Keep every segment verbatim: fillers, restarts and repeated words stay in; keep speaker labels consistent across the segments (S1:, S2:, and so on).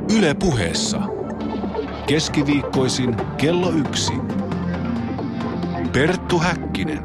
S1: Yle Puheessa. Keskiviikkoisin kello yksi. Perttu Häkkinen.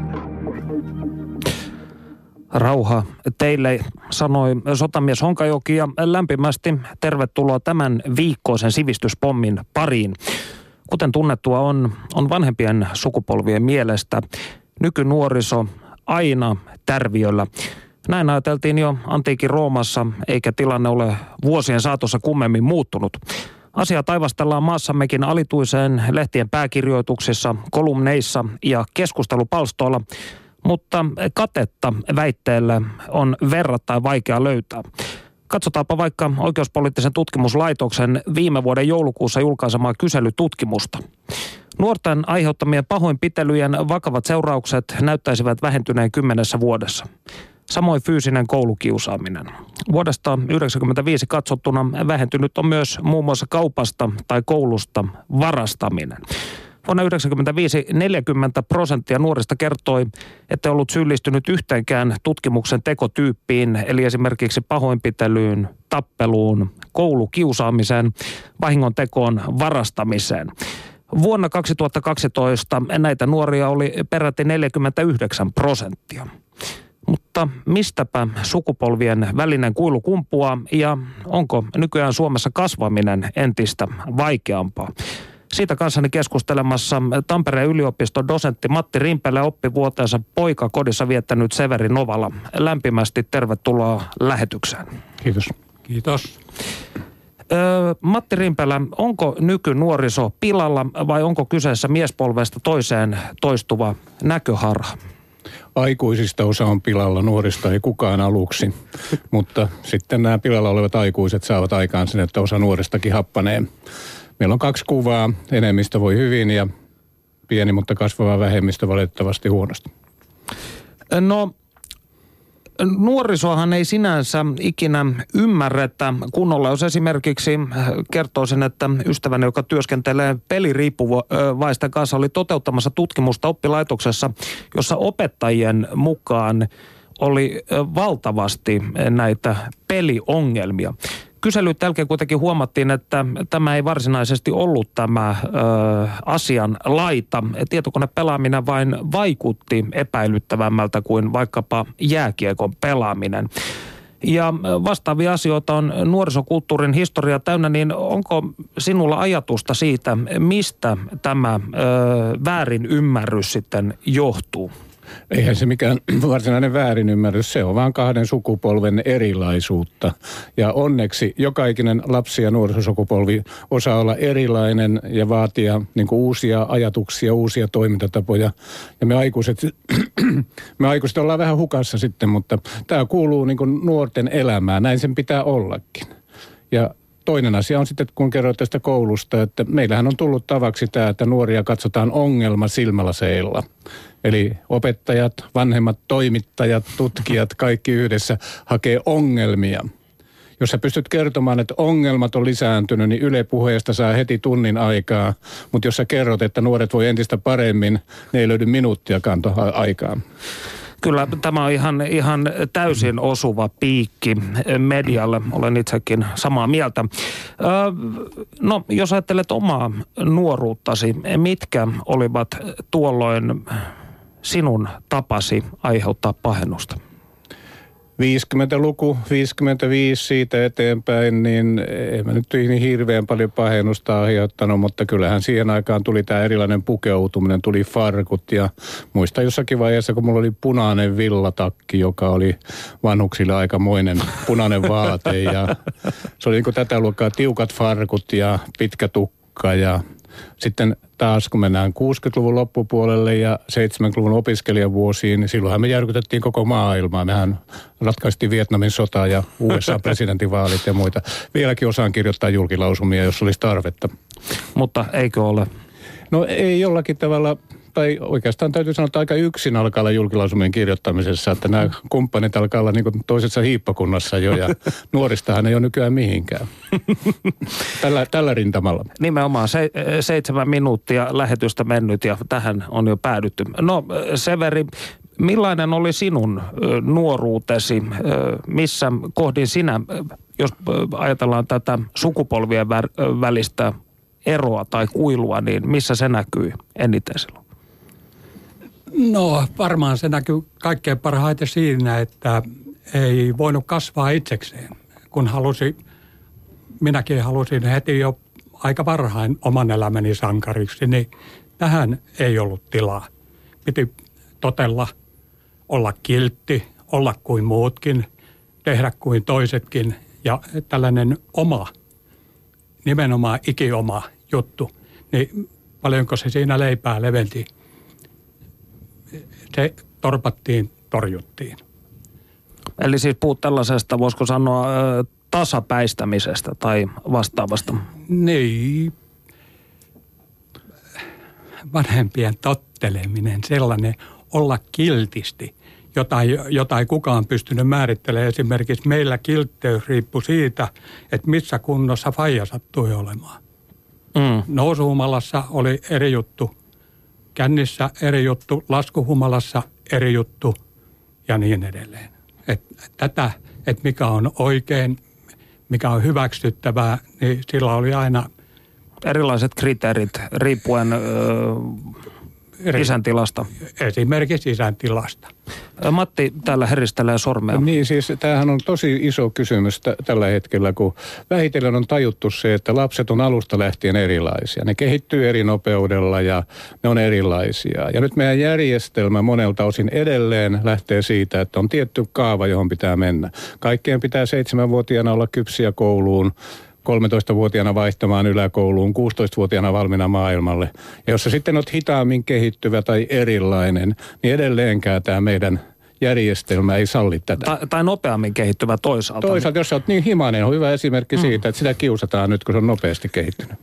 S2: Rauha teille, sanoi sotamies Honkajoki, ja lämpimästi tervetuloa tämän viikkoisen sivistyspommin pariin. Kuten tunnettua on, on vanhempien sukupolvien mielestä nykynuoriso aina tärviöllä. Näin ajateltiin jo antiikin Roomassa, eikä tilanne ole vuosien saatossa kummemmin muuttunut. Asiaa taivastellaan maassammekin alituiseen lehtien pääkirjoituksissa, kolumneissa ja keskustelupalstoilla, mutta katetta väitteelle on verrattain vaikea löytää. Katsotaanpa vaikka Oikeuspoliittisen tutkimuslaitoksen viime vuoden joulukuussa julkaisemaa kyselytutkimusta. Nuorten aiheuttamien pahoinpitelyjen vakavat seuraukset näyttäisivät vähentyneen kymmenessä vuodessa. Samoin fyysinen koulukiusaaminen. Vuodesta yhdeksänkymmentäviisi katsottuna vähentynyt on myös muun muassa kaupasta tai koulusta varastaminen. Vuonna yhdeksänkymmentäviisi neljäkymmentä prosenttia nuorista kertoi, että ei ollut syyllistynyt yhteenkään tutkimuksen tekotyyppiin, eli esimerkiksi pahoinpitelyyn, tappeluun, koulukiusaamiseen, vahingontekoon, varastamiseen. Vuonna kaksituhattakaksitoista näitä nuoria oli peräti neljäkymmentäyhdeksän prosenttia. Mutta mistäpä sukupolvien välinen kuilu kumpuaa ja onko nykyään Suomessa kasvaminen entistä vaikeampaa? Siitä kanssani keskustelemassa Tampereen yliopiston dosentti Matti Rimpelä, oppivuotensa poikakodissa viettänyt Severi Novala. Lämpimästi tervetuloa lähetykseen.
S3: Kiitos.
S4: Kiitos.
S2: Öö, Matti Rimpelä, onko nykynuoriso pilalla vai onko kyseessä miespolvesta toiseen toistuva näköharha?
S3: Aikuisista osa on pilalla, nuorista ei kukaan aluksi, mutta sitten nämä pilalla olevat aikuiset saavat aikaan sen, että osa nuoristakin happanee. Meillä on kaksi kuvaa, enemmistö voi hyvin ja pieni, mutta kasvava vähemmistö valitettavasti huonosti.
S2: No, nuorisohan ei sinänsä ikinä ymmärretä kunnolla, jos esimerkiksi kertoisin, että ystäväni, joka työskentelee peliriippuvaisten kanssa, oli toteuttamassa tutkimusta oppilaitoksessa, jossa opettajien mukaan oli valtavasti näitä peliongelmia. Kyselyt jälkeen kuitenkin huomattiin, että tämä ei varsinaisesti ollut tämä ö, asian laita. Tietokonepelaaminen vain vaikutti epäilyttävämmältä kuin vaikkapa jääkiekon pelaaminen. Ja vastaavia asioita on nuorisokulttuurin historia täynnä, niin onko sinulla ajatusta siitä, mistä tämä ö, väärin ymmärrys sitten johtuu?
S3: Eihän se mikään varsinainen väärinymmärrys, se on vaan kahden sukupolven erilaisuutta. Ja onneksi joka ikinen lapsi- ja nuorisosukupolvi osaa olla erilainen ja vaatia niin kuin uusia ajatuksia, uusia toimintatapoja. Ja me aikuiset, me aikuiset ollaan vähän hukassa sitten, mutta tämä kuuluu niin kuin nuorten elämään, näin sen pitää ollakin. Ja toinen asia on sitten, kun kerroit tästä koulusta, että meillähän on tullut tavaksi tämä, että nuoria katsotaan ongelma silmälaseilla. Eli opettajat, vanhemmat toimittajat, tutkijat, kaikki yhdessä hakee ongelmia. Jos sä pystyt kertomaan, että ongelmat on lisääntynyt, niin Yle Puheesta saa heti tunnin aikaa. Mutta jos sä kerrot, että nuoret voi entistä paremmin, ne ei löydy minuuttiakaan aikaa.
S2: Kyllä tämä on ihan, ihan täysin osuva piikki medialle. Olen itsekin samaa mieltä. Öö, no, jos ajattelet omaa nuoruuttasi, mitkä olivat tuolloin sinun tapasi aiheuttaa pahennusta?
S3: viisikymmentäluku, viisikymmentäviisi siitä eteenpäin, niin ei mä nyt niin hirveän paljon pahennusta aiheuttanut, mutta kyllähän siihen aikaan tuli tämä erilainen pukeutuminen, tuli farkut ja muistan jossakin vaiheessa, kun mulla oli punainen villatakki, joka oli vanhuksille aikamoinen punainen vaate ja se oli niin kuin tätä luokkaa tiukat farkut ja pitkä tukka ja sitten taas kun mennään kuusikymmentäluvun loppupuolelle ja seitsemänkymmentäluvun opiskelijavuosiin, niin silloinhan me järkytettiin koko maailmaa. Mehän ratkaistiin Vietnamin sota ja U S A-presidentinvaalit ja muita. Vieläkin osaan kirjoittaa julkilausumia, jos olisi tarvetta.
S2: Mutta eikö ole?
S3: No ei jollakin tavalla, tai oikeastaan täytyy sanoa, että aika yksin alkaa olla julkilausumien kirjoittamisessa, että nämä kumppanit alkaa olla niin kuin toisessa hiippakunnassa jo, ja nuoristahan ei ole nykyään mihinkään. Tällä, tällä rintamalla.
S2: Nimenomaan se, seitsemän minuuttia lähetystä mennyt, ja tähän on jo päädytty. No Severi, millainen oli sinun nuoruutesi? Missä kohdin sinä jos ajatellaan tätä sukupolvien välistä eroa tai kuilua, niin missä se näkyy eniten silloin?
S4: No varmaan se näkyy kaikkein parhaiten siinä, että ei voinut kasvaa itsekseen. Kun halusi, minäkin halusin heti jo aika varhain oman elämäni sankariksi, niin tähän ei ollut tilaa. Piti totella, olla kiltti, olla kuin muutkin, tehdä kuin toisetkin ja tällainen oma, nimenomaan ikioma juttu, niin paljonko se siinä leipää leventi. Se torpattiin, torjuttiin.
S2: Eli siis puhut tällaisesta, voisiko sanoa, tasapäistämisestä tai vastaavasta?
S4: Niin. Vanhempien totteleminen, sellainen olla kiltisti, jota, jota ei kukaan pystynyt määrittelemään. Esimerkiksi meillä kiltteys riippui siitä, että missä kunnossa faija sattui olemaan. Mm. Nousuhumalassa oli eri juttu, kännissä eri juttu, laskuhumalassa eri juttu ja niin edelleen. Et tätä, että mikä on oikein, mikä on hyväksyttävää, niin sillä oli aina
S2: erilaiset kriteerit riippuen ö, isän tilasta.
S4: Esimerkiksi isän tilasta.
S2: Matti täällä heristelee sormea.
S3: Niin siis tämähän on tosi iso kysymys t- tällä hetkellä, kun vähitellen on tajuttu se, että lapset on alusta lähtien erilaisia. Ne kehittyy eri nopeudella ja ne on erilaisia. Ja nyt meidän järjestelmä monelta osin edelleen lähtee siitä, että on tietty kaava, johon pitää mennä. Kaikkien pitää seitsemänvuotiaana olla kypsiä kouluun, kolmetoistavuotiaana vaihtamaan yläkouluun, kuusitoistavuotiaana valmiina maailmalle. Ja jos sä sitten oot hitaammin kehittyvä tai erilainen, niin edelleenkään tämä meidän järjestelmä ei salli tätä.
S2: Tai, tai nopeammin kehittyvä toisaalta.
S3: Toisaalta, jos sä oot niin himainen, on hyvä esimerkki mm. siitä, että sitä kiusataan nyt, kun se on nopeasti kehittynyt.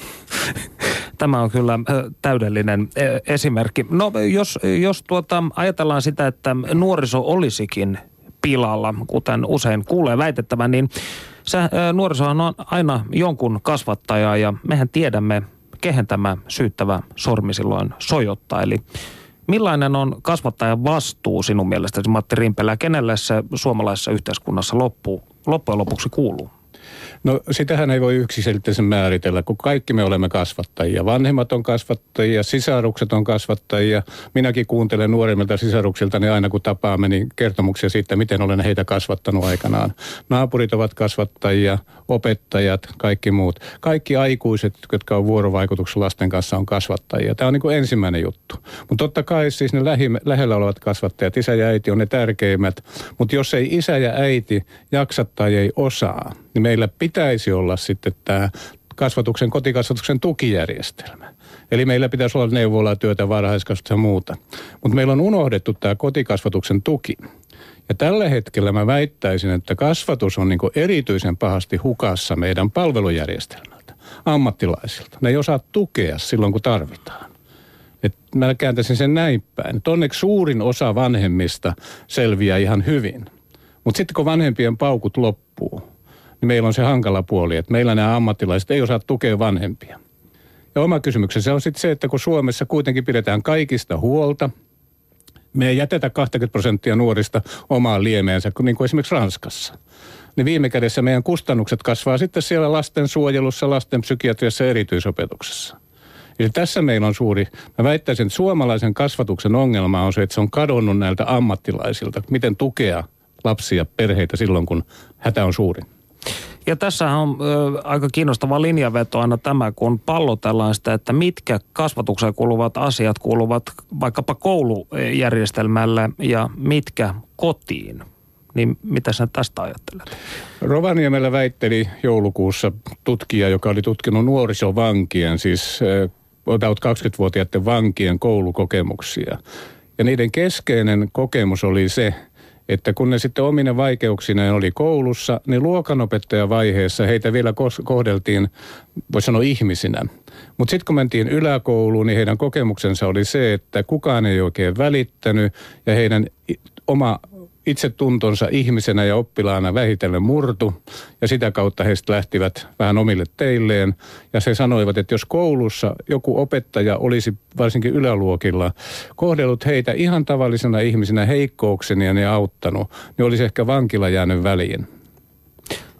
S2: Tämä on kyllä täydellinen esimerkki. No jos, jos tuota, ajatellaan sitä, että nuoriso olisikin pilalla, kuten usein kuulee väitettävän, niin se nuorisohan on aina jonkun kasvattaja ja mehän tiedämme, kehen tämä syyttävä sormi silloin sojottaa. Eli millainen on kasvattajan vastuu sinun mielestäsi, Matti Rimpelä, ja kenelle se suomalaisessa yhteiskunnassa loppu, loppujen lopuksi kuuluu?
S3: No sitähän ei voi yksiselitteisen määritellä, kun kaikki me olemme kasvattajia. Vanhemmat on kasvattajia, sisarukset on kasvattajia. Minäkin kuuntelen nuoremmilta sisaruksiltani aina kun tapaamme niin kertomuksia siitä, miten olen heitä kasvattanut aikanaan. Naapurit ovat kasvattajia, opettajat, kaikki muut. Kaikki aikuiset, jotka on vuorovaikutuksessa lasten kanssa, on kasvattajia. Tämä on niin kuin ensimmäinen juttu. Mutta totta kai siis ne lähi, lähellä olevat kasvattajat, isä ja äiti on ne tärkeimmät. Mutta jos ei isä ja äiti jaksa tai ei osaa, niin meillä pitäisi olla sitten tämä kasvatuksen, kotikasvatuksen tukijärjestelmä. Eli meillä pitäisi olla neuvolaa, työtä, varhaiskasvatusta ja muuta. Mutta meillä on unohdettu tämä kotikasvatuksen tuki. Ja tällä hetkellä mä väittäisin, että kasvatus on niin kuin erityisen pahasti hukassa meidän palvelujärjestelmältä, ammattilaisilta. Ne ei osaa tukea silloin, kun tarvitaan. Et mä kääntäisin sen näin päin. Et onneksi suurin osa vanhemmista selviää ihan hyvin. Mutta sitten kun vanhempien paukut loppuu, niin meillä on se hankala puoli, että meillä nämä ammattilaiset ei osaa tukea vanhempia. Ja oma kysymyksensä on sitten se, että kun Suomessa kuitenkin pidetään kaikista huolta, me ei jätetä kaksikymmentä prosenttia nuorista omaan liemeensä, niin kuin esimerkiksi Ranskassa. Niin viime kädessä meidän kustannukset kasvaa sitten siellä lastensuojelussa, lastenpsykiatriassa ja erityisopetuksessa. Eli tässä meillä on suuri, mä väittäisin, että suomalaisen kasvatuksen ongelma on se, että se on kadonnut näiltä ammattilaisilta. Miten tukea lapsia, perheitä silloin, kun hätä on suurin.
S2: Ja tässähän on ö, aika kiinnostava linjaveto aina tämä, kun pallotellaan sitä, että mitkä kasvatukseen kuuluvat asiat kuuluvat vaikkapa koulujärjestelmälle ja mitkä kotiin. Niin mitä sä tästä ajattelet?
S3: Rovaniemellä väitteli joulukuussa tutkija, joka oli tutkinut nuorisovankien, siis about kaksikymmentävuotiaiden vankien koulukokemuksia. Ja niiden keskeinen kokemus oli se, että kun ne sitten omine vaikeuksineen oli koulussa, niin luokanopettajavaiheessa heitä vielä kohdeltiin, voisi sanoa ihmisinä. Mutta sitten kun mentiin yläkouluun, niin heidän kokemuksensa oli se, että kukaan ei oikein välittänyt ja heidän oma itsetuntonsa ihmisenä ja oppilaana vähitellen murtu ja sitä kautta he lähtivät vähän omille teilleen. Ja he sanoivat, että jos koulussa joku opettaja olisi varsinkin yläluokilla kohdellut heitä ihan tavallisena ihmisinä heikkouksena ja ne auttanut, niin olisi ehkä vankila jäänyt väliin.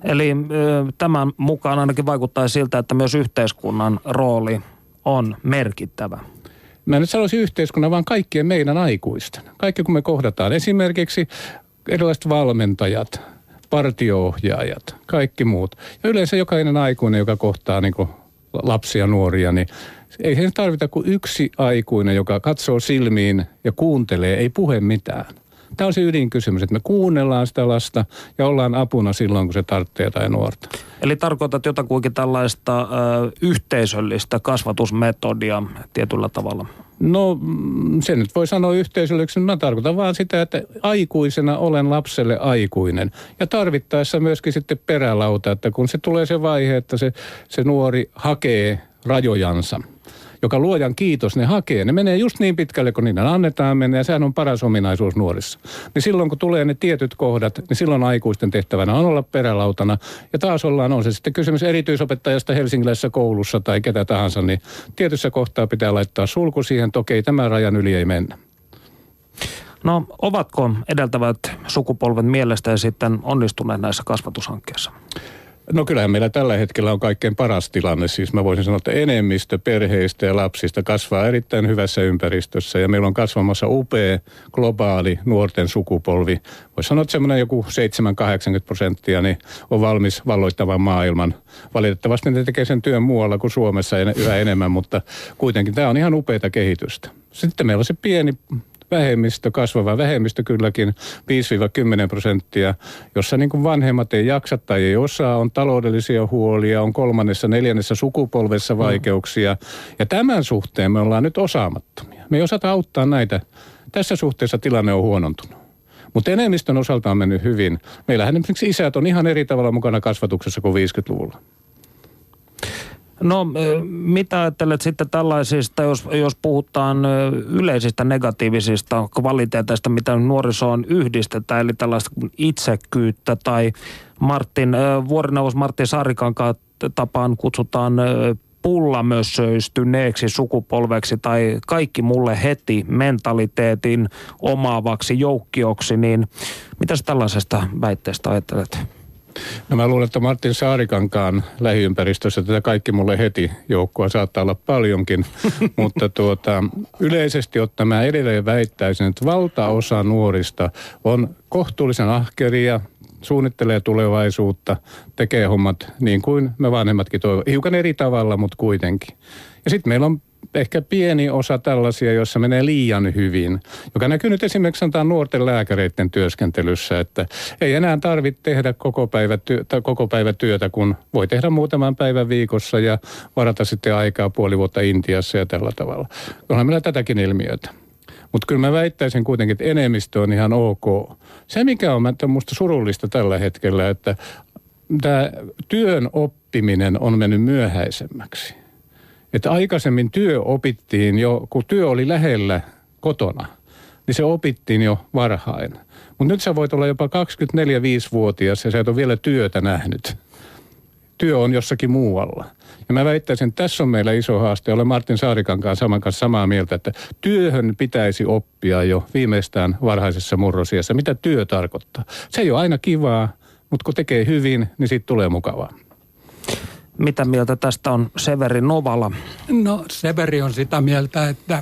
S2: Eli tämän mukaan ainakin vaikuttaa siltä, että myös yhteiskunnan rooli on merkittävä.
S3: Mä nyt sanoisin yhteiskunnan, vaan kaikkien meidän aikuisten. Kaikki kun me kohdataan. Esimerkiksi erilaiset valmentajat, partio-ohjaajat, kaikki muut. Ja yleensä jokainen aikuinen, joka kohtaa niin kuin lapsia ja nuoria, niin ei sen tarvita kuin yksi aikuinen, joka katsoo silmiin ja kuuntelee, ei puhe mitään. Tämä on se ydinkysymys, että me kuunnellaan sitä lasta ja ollaan apuna silloin, kun se tarvitsee tai nuorta.
S2: Eli tarkoitat jotakuinkin tällaista ö, yhteisöllistä kasvatusmetodia tietyllä tavalla?
S3: No se nyt voi sanoa yhteisölliseksi, mä tarkoitan vaan sitä, että aikuisena olen lapselle aikuinen. Ja tarvittaessa myöskin sitten perälauta, että kun se tulee se vaihe, että se, se nuori hakee rajojansa, joka luojan kiitos ne hakee. Ne menee just niin pitkälle, kun niitä annetaan mennä, ja sehän on paras ominaisuus nuorissa. Niin silloin, kun tulee ne tietyt kohdat, niin silloin aikuisten tehtävänä on olla perälautana. Ja taas ollaan, on se sitten kysymys erityisopettajasta helsinkiläisessä koulussa tai ketä tahansa, niin tietyssä kohtaa pitää laittaa sulku siihen, että okei, tämän rajan yli ei mennä.
S2: No, ovatko edeltävät sukupolvet mielestäni sitten onnistuneet näissä kasvatushankkeissa?
S3: No kyllähän meillä tällä hetkellä on kaikkein paras tilanne. Siis mä voisin sanoa, että enemmistö perheistä ja lapsista kasvaa erittäin hyvässä ympäristössä. Ja meillä on kasvamassa upea, globaali nuorten sukupolvi. Voisi sanoa, että semmoinen joku seitsemän kahdeksankymmentä prosenttia niin on valmis valloittavan maailman. Valitettavasti ne tekee sen työn muualla kuin Suomessa yhä enemmän, mutta kuitenkin tämä on ihan upeata kehitystä. Sitten meillä on se pieni vähemmistö, kasvava vähemmistö kylläkin, viisi kymmenen prosenttia, jossa niin kuin vanhemmat ei jaksa tai ei osaa, on taloudellisia huolia, on kolmannessa, neljännessä sukupolvessa vaikeuksia. Ja tämän suhteen me ollaan nyt osaamattomia. Me ei osata auttaa näitä. Tässä suhteessa tilanne on huonontunut. Mutta enemmistön osalta on mennyt hyvin. Meillähän esimerkiksi isät on ihan eri tavalla mukana kasvatuksessa kuin viisikymmentäluvulla.
S2: No, mitä ajattelet sitten tällaisista, jos, jos puhutaan yleisistä negatiivisista kvaliteeteista, mitä nuorisoon yhdistetään, eli tällaista itsekkyyttä tai Martin, vuorineuvos Martin Saarikankaan tapaan kutsutaan pullamössöistyneeksi sukupolveksi tai kaikki mulle heti mentaliteetin omaavaksi joukkioksi, niin mitä sä tällaisesta väitteestä ajattelet?
S3: No mä luulen, että Martin Saarikankaan lähiympäristössä tätä kaikki mulle heti joukkoa saattaa olla paljonkin, mutta tuota, yleisesti ottaen mä edelleen väittäisin, että valtaosa nuorista on kohtuullisen ahkeria, suunnittelee tulevaisuutta, tekee hommat niin kuin me vanhemmatkin toivovat. Hiukan eri tavalla, mutta kuitenkin. Ja sitten meillä on ehkä pieni osa tällaisia, joissa menee liian hyvin, joka näkyy nyt esimerkiksi sanotaan nuorten lääkäreiden työskentelyssä, että ei enää tarvitse tehdä koko päivä, työ, koko päivä työtä, kun voi tehdä muutaman päivän viikossa ja varata sitten aikaa puoli vuotta Intiassa ja tällä tavalla. Onhan meillä tätäkin ilmiötä. Mutta kyllä mä väittäisin kuitenkin, että enemmistö on ihan ok. Se, mikä on minusta surullista tällä hetkellä, että tämä työn oppiminen on mennyt myöhäisemmäksi. Että aikaisemmin työ opittiin jo, kun työ oli lähellä kotona, niin se opittiin jo varhain. Mutta nyt sä voit olla jopa kaksikymmentäneljä viisivuotias ja sä et ole vielä työtä nähnyt. Työ on jossakin muualla. Ja mä väittäisin, että tässä on meillä iso haaste. Olen Martin Saarikankaan saman kanssa samaa mieltä, että työhön pitäisi oppia jo viimeistään varhaisessa murrosiässä. Mitä työ tarkoittaa? Se ei ole aina kivaa, mutta kun tekee hyvin, niin siitä tulee mukavaa.
S2: Mitä mieltä tästä on Severi Novala?
S4: No Severi on sitä mieltä, että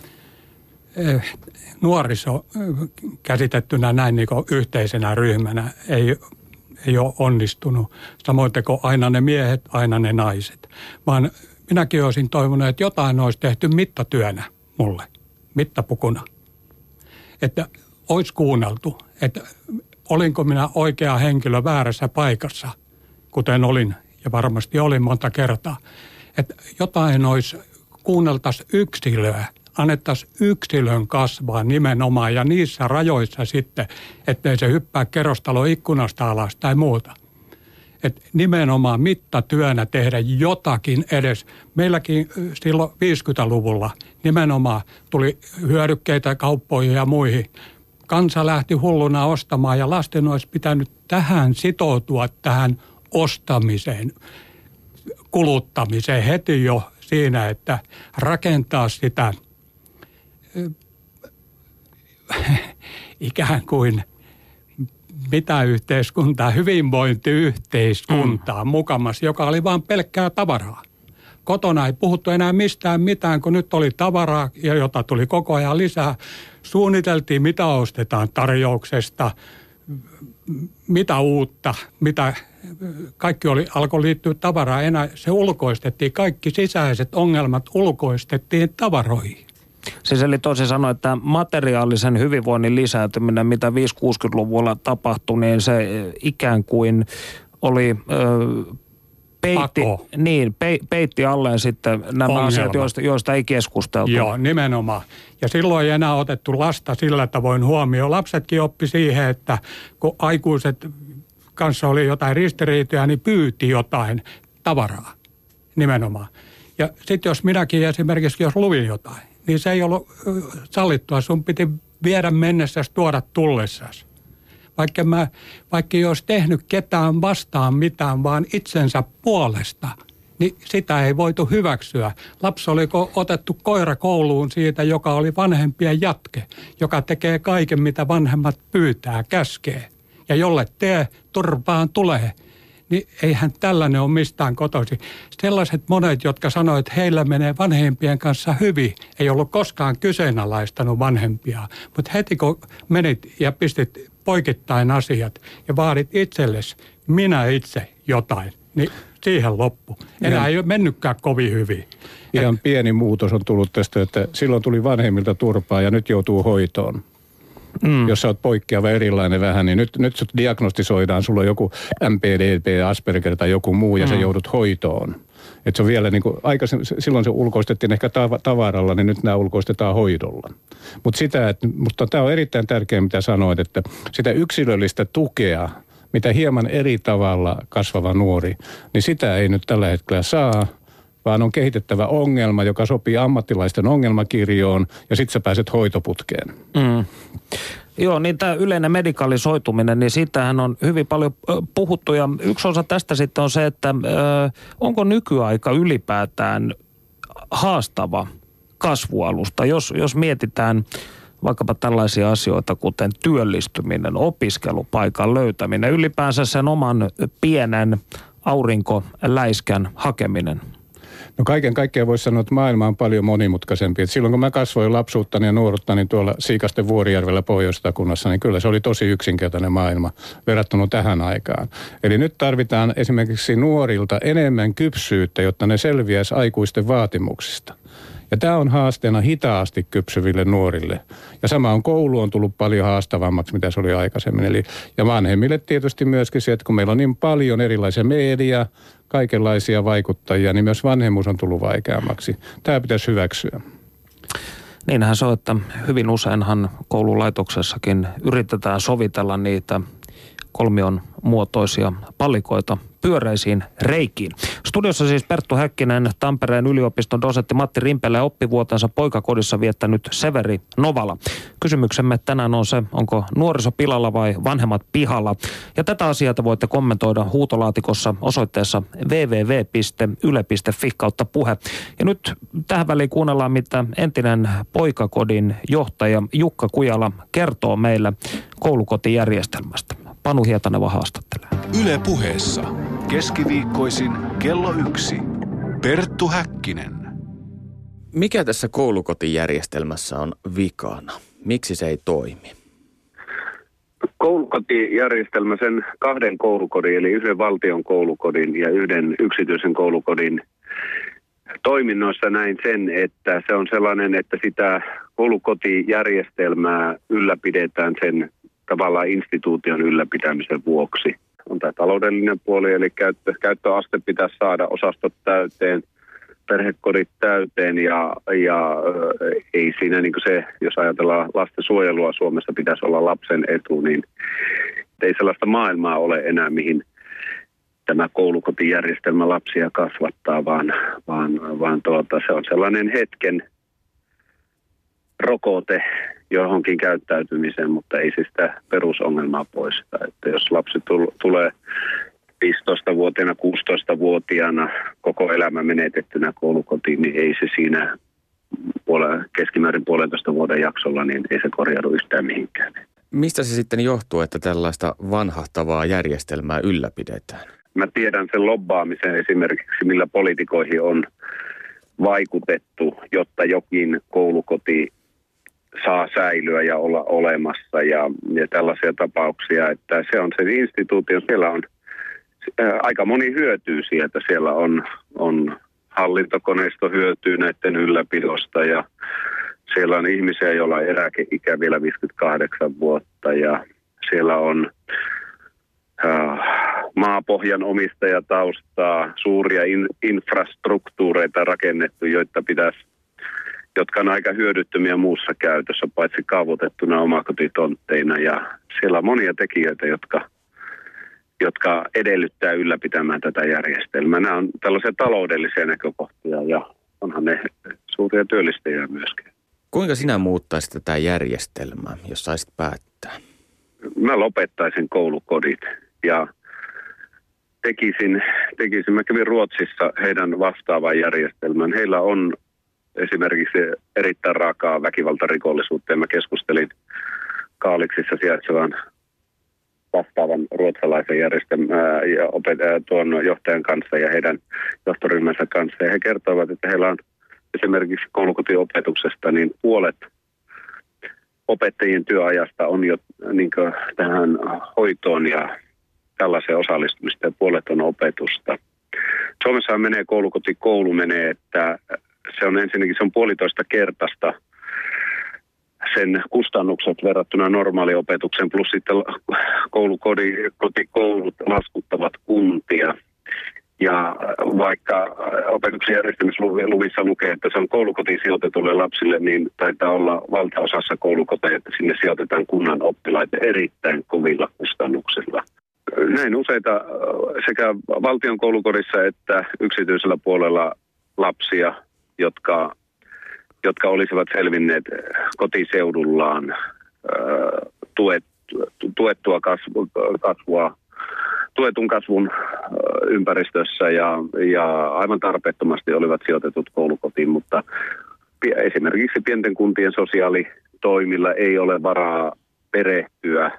S4: nuoriso käsitettynä näin niin kuin yhteisenä ryhmänä ei, ei ole onnistunut. Samoin kuin aina ne miehet, aina ne naiset. Vaan minäkin olisin toivonut, että jotain olisi tehty mittatyönä mulle, mittapukuna. Että olisi kuunneltu, että olinko minä oikea henkilö väärässä paikassa, kuten olin. Ja varmasti oli monta kertaa, että jotain olisi, kuunneltaisiin yksilöä, annettaisiin yksilön kasvaa nimenomaan ja niissä rajoissa sitten, ettei se hyppää kerrostalo ikkunasta alas tai muuta. Että nimenomaan mittatyönä tehdä jotakin edes. Meilläkin silloin viisikymmentäluvulla nimenomaan tuli hyödykkeitä kauppoihin ja muihin. Kansa lähti hulluna ostamaan ja lasten olisi pitänyt tähän sitoutua, tähän ostamiseen, kuluttamiseen heti jo siinä, että rakentaa sitä ikään kuin mitä yhteiskuntaa, hyvinvointiyhteiskuntaa mm. mukamas, joka oli vain pelkkää tavaraa. Kotona ei puhuttu enää mistään mitään, kun nyt oli tavaraa, jota tuli koko ajan lisää. Suunniteltiin, mitä ostetaan tarjouksesta, mitä uutta, mitä kaikki oli, alkoi liittyä tavaraan. Enää se ulkoistettiin, kaikki sisäiset ongelmat ulkoistettiin tavaroihin.
S2: Siis eli toisin sanoen, että materiaalisen hyvinvoinnin lisääntyminen, mitä viisikymmentä-kuusikymmentäluvulla tapahtui, niin se ikään kuin oli... Ö, Peitti, niin, pe, peitti alleen sitten nämä ongelma. Asiat, joista, joista ei keskusteltu.
S4: Joo, nimenomaan. Ja silloin ei enää otettu lasta sillä tavoin huomioon. Lapsetkin oppi siihen, että kun aikuiset kanssa oli jotain ristiriitoja, niin pyyti jotain tavaraa nimenomaan. Ja sitten jos minäkin esimerkiksi, jos luvin jotain, niin se ei ollut sallittua. Sun piti viedä mennessäsi, tuoda tullessasi. Vaikka, mä, vaikka ei olisi tehnyt ketään vastaan mitään, vaan itsensä puolesta, niin sitä ei voitu hyväksyä. Lapsi oli otettu koira kouluun siitä, joka oli vanhempien jatke, joka tekee kaiken, mitä vanhemmat pyytää, käskee. Ja jolle tee, turpaan tulee, niin eihän tällainen ole mistään kotoisin. Sellaiset monet, jotka sanoivat, että heillä menee vanhempien kanssa hyvin, ei ollut koskaan kyseenalaistanut vanhempia. Mutta heti kun menit ja pistit poikittain asiat ja vaadit itsellesi, minä itse jotain, niin siihen loppu. Enää ei ole mennytkään kovin hyvin.
S3: Ihan Et... pieni muutos on tullut tästä, että silloin tuli vanhemmilta turpaa ja nyt joutuu hoitoon. Mm. Jos sä oot poikkeava erilainen vähän, niin nyt, nyt sut diagnostisoidaan, sulla on joku M P D P, Asperger tai joku muu ja mm. sä joudut hoitoon. Että se on vielä niin kuin, aikaisemmin, silloin se ulkoistettiin ehkä tavaralla, niin nyt nämä ulkoistetaan hoidolla. Mutta sitä, että, mutta tämä on erittäin tärkeää, mitä sanoit, että sitä yksilöllistä tukea, mitä hieman eri tavalla kasvava nuori, niin sitä ei nyt tällä hetkellä saa, vaan on kehitettävä ongelma, joka sopii ammattilaisten ongelmakirjoon, ja sitten sä pääset hoitoputkeen.
S2: Mm. Joo, niin tämä yleinen medikalisoituminen, niin siitähän on hyvin paljon puhuttu, ja yksi osa tästä sitten on se, että ö, onko nykyaika ylipäätään haastava kasvualusta, jos, jos mietitään vaikkapa tällaisia asioita, kuten työllistyminen, opiskelupaikan löytäminen, ylipäänsä sen oman pienen aurinkoläiskän hakeminen.
S3: No kaiken kaikkiaan voisi sanoa, että maailma on paljon monimutkaisempi. Et silloin kun mä kasvoin lapsuuttani ja nuoruttani tuolla Siikasten Vuorijärvellä Pohjois-Satakunnassa, niin kyllä se oli tosi yksinkertainen maailma verrattuna tähän aikaan. Eli nyt tarvitaan esimerkiksi nuorilta enemmän kypsyyttä, jotta ne selviäisi aikuisten vaatimuksista. Ja tämä on haasteena hitaasti kypsyville nuorille. Ja sama on koulu on tullut paljon haastavammaksi, mitä se oli aikaisemmin. Eli, ja vanhemmille tietysti myöskin se, että kun meillä on niin paljon erilaisia media, kaikenlaisia vaikuttajia, niin myös vanhemmuus on tullut vaikeammaksi. Tämä pitäisi hyväksyä.
S2: Niinhän se on, että hyvin useinhan koululaitoksessakin yritetään sovitella niitä kolmion muotoisia pallikoita pyöreisiin reikiin. Studiossa siis Perttu Häkkinen, Tampereen yliopiston dosentti Matti Rimpelä ja oppivuotensa poikakodissa viettänyt Severi Novala. Kysymyksemme tänään on se, onko nuoriso pilalla vai vanhemmat pihalla. Ja tätä asiaa voitte kommentoida huutolaatikossa osoitteessa double-u double-u double-u piste yle piste fi kautta puhe. Ja nyt tähän väliin kuunnellaan, mitä entinen poikakodin johtaja Jukka Kujala kertoo meille koulukotijärjestelmästä. Panu Hietaneva haastattelee.
S1: Yle Puheessa. Keskiviikkoisin kello yksi. Perttu Häkkinen.
S5: Mikä tässä koulukotijärjestelmässä on vikana? Miksi se ei toimi?
S6: Koulukotijärjestelmä, sen kahden koulukodin, eli yhden valtion koulukodin ja yhden yksityisen koulukodin toiminnoissa näin sen, että se on sellainen, että sitä koulukotijärjestelmää ylläpidetään sen tavallaan instituution ylläpitämisen vuoksi. On tämä taloudellinen puoli, eli käyttö, käyttöaste pitäisi saada, osastot täyteen, perhekodit täyteen ja, ja äh, ei siinä niin kuin se, jos ajatellaan lastensuojelua Suomessa pitäisi olla lapsen etu, niin ei sellaista maailmaa ole enää, mihin tämä koulukotijärjestelmä lapsia kasvattaa, vaan, vaan, vaan tuota, se on sellainen hetken rokote johonkin käyttäytymiseen, mutta ei siis sitä perusongelmaa poista. Että jos lapsi tulee viisitoistavuotiaana, kuusitoistavuotiaana koko elämä menetettynä koulukotiin, niin ei se siinä puole, keskimäärin puolentoista vuoden jaksolla, niin ei se korjaudu yhtään mihinkään.
S5: Mistä se sitten johtuu, että tällaista vanhahtavaa järjestelmää ylläpidetään?
S6: Mä tiedän sen lobbaamisen esimerkiksi, millä poliitikoihin on vaikutettu, jotta jokin koulukoti saa säilyä ja olla olemassa ja, ja tällaisia tapauksia, että se on se instituutio, siellä on ää, aika moni hyötyy sieltä, siellä on, on hallintokoneisto hyötyy näiden ylläpidosta ja siellä on ihmisiä, joilla on eläkeikä vielä viisikymmentäkahdeksan vuotta ja siellä on ää, maapohjan omistajataustaa, suuria in, infrastruktuureita rakennettu, joita pitäisi jotka on aika hyödyttömiä muussa käytössä, paitsi kaavoitettuna omakotitontteina. Ja siellä on monia tekijöitä, jotka, jotka edellyttää ylläpitämään tätä järjestelmää. Nämä on tällaisia taloudellisia näkökohtia ja onhan ne suuria työllistäjiä myöskin.
S5: Kuinka sinä muuttaisit tätä järjestelmää, jos saisit päättää?
S6: Mä lopettaisin koulukodit ja tekisin, tekisin, mä kävin Ruotsissa heidän vastaavan järjestelmän. Heillä on esimerkiksi erittäin raakaa väkivaltarikollisuutta. Ja mä keskustelin Kaaliksissa sijaitsevan vastaavan ruotsalaisen järjestelmän ja opet- tuon johtajan kanssa ja heidän johtoryhmänsä kanssa. Ja he kertoivat, että heillä on esimerkiksi koulukotiopetuksesta niin puolet opettajien työajasta on jo niin kuin tähän hoitoon ja tällaiseen osallistumista ja puolet on opetusta. Suomessa menee koulukoti, koulu menee, että se on ensinnäkin se on puolitoista kertaista sen kustannukset verrattuna normaaliopetukseen, plus sitten koulukoulut laskuttavat kuntia. Ja vaikka opetuksen järjestämisluvissa lukee, että se on koulukotiin sijoitetulle lapsille, niin taitaa olla valtaosassa koulukoteja, että sinne sijoitetaan kunnan oppilaita erittäin kovilla kustannuksilla. Näin useita sekä valtion koulukodissa että yksityisellä puolella lapsia, jotka, jotka olisivat selvinneet kotiseudullaan tuet, tuettua kasvu, kasvua, tuetun kasvun ympäristössä ja, ja aivan tarpeettomasti olivat sijoitetut koulukotiin, mutta esimerkiksi pienten kuntien sosiaalitoimilla ei ole varaa perehtyä.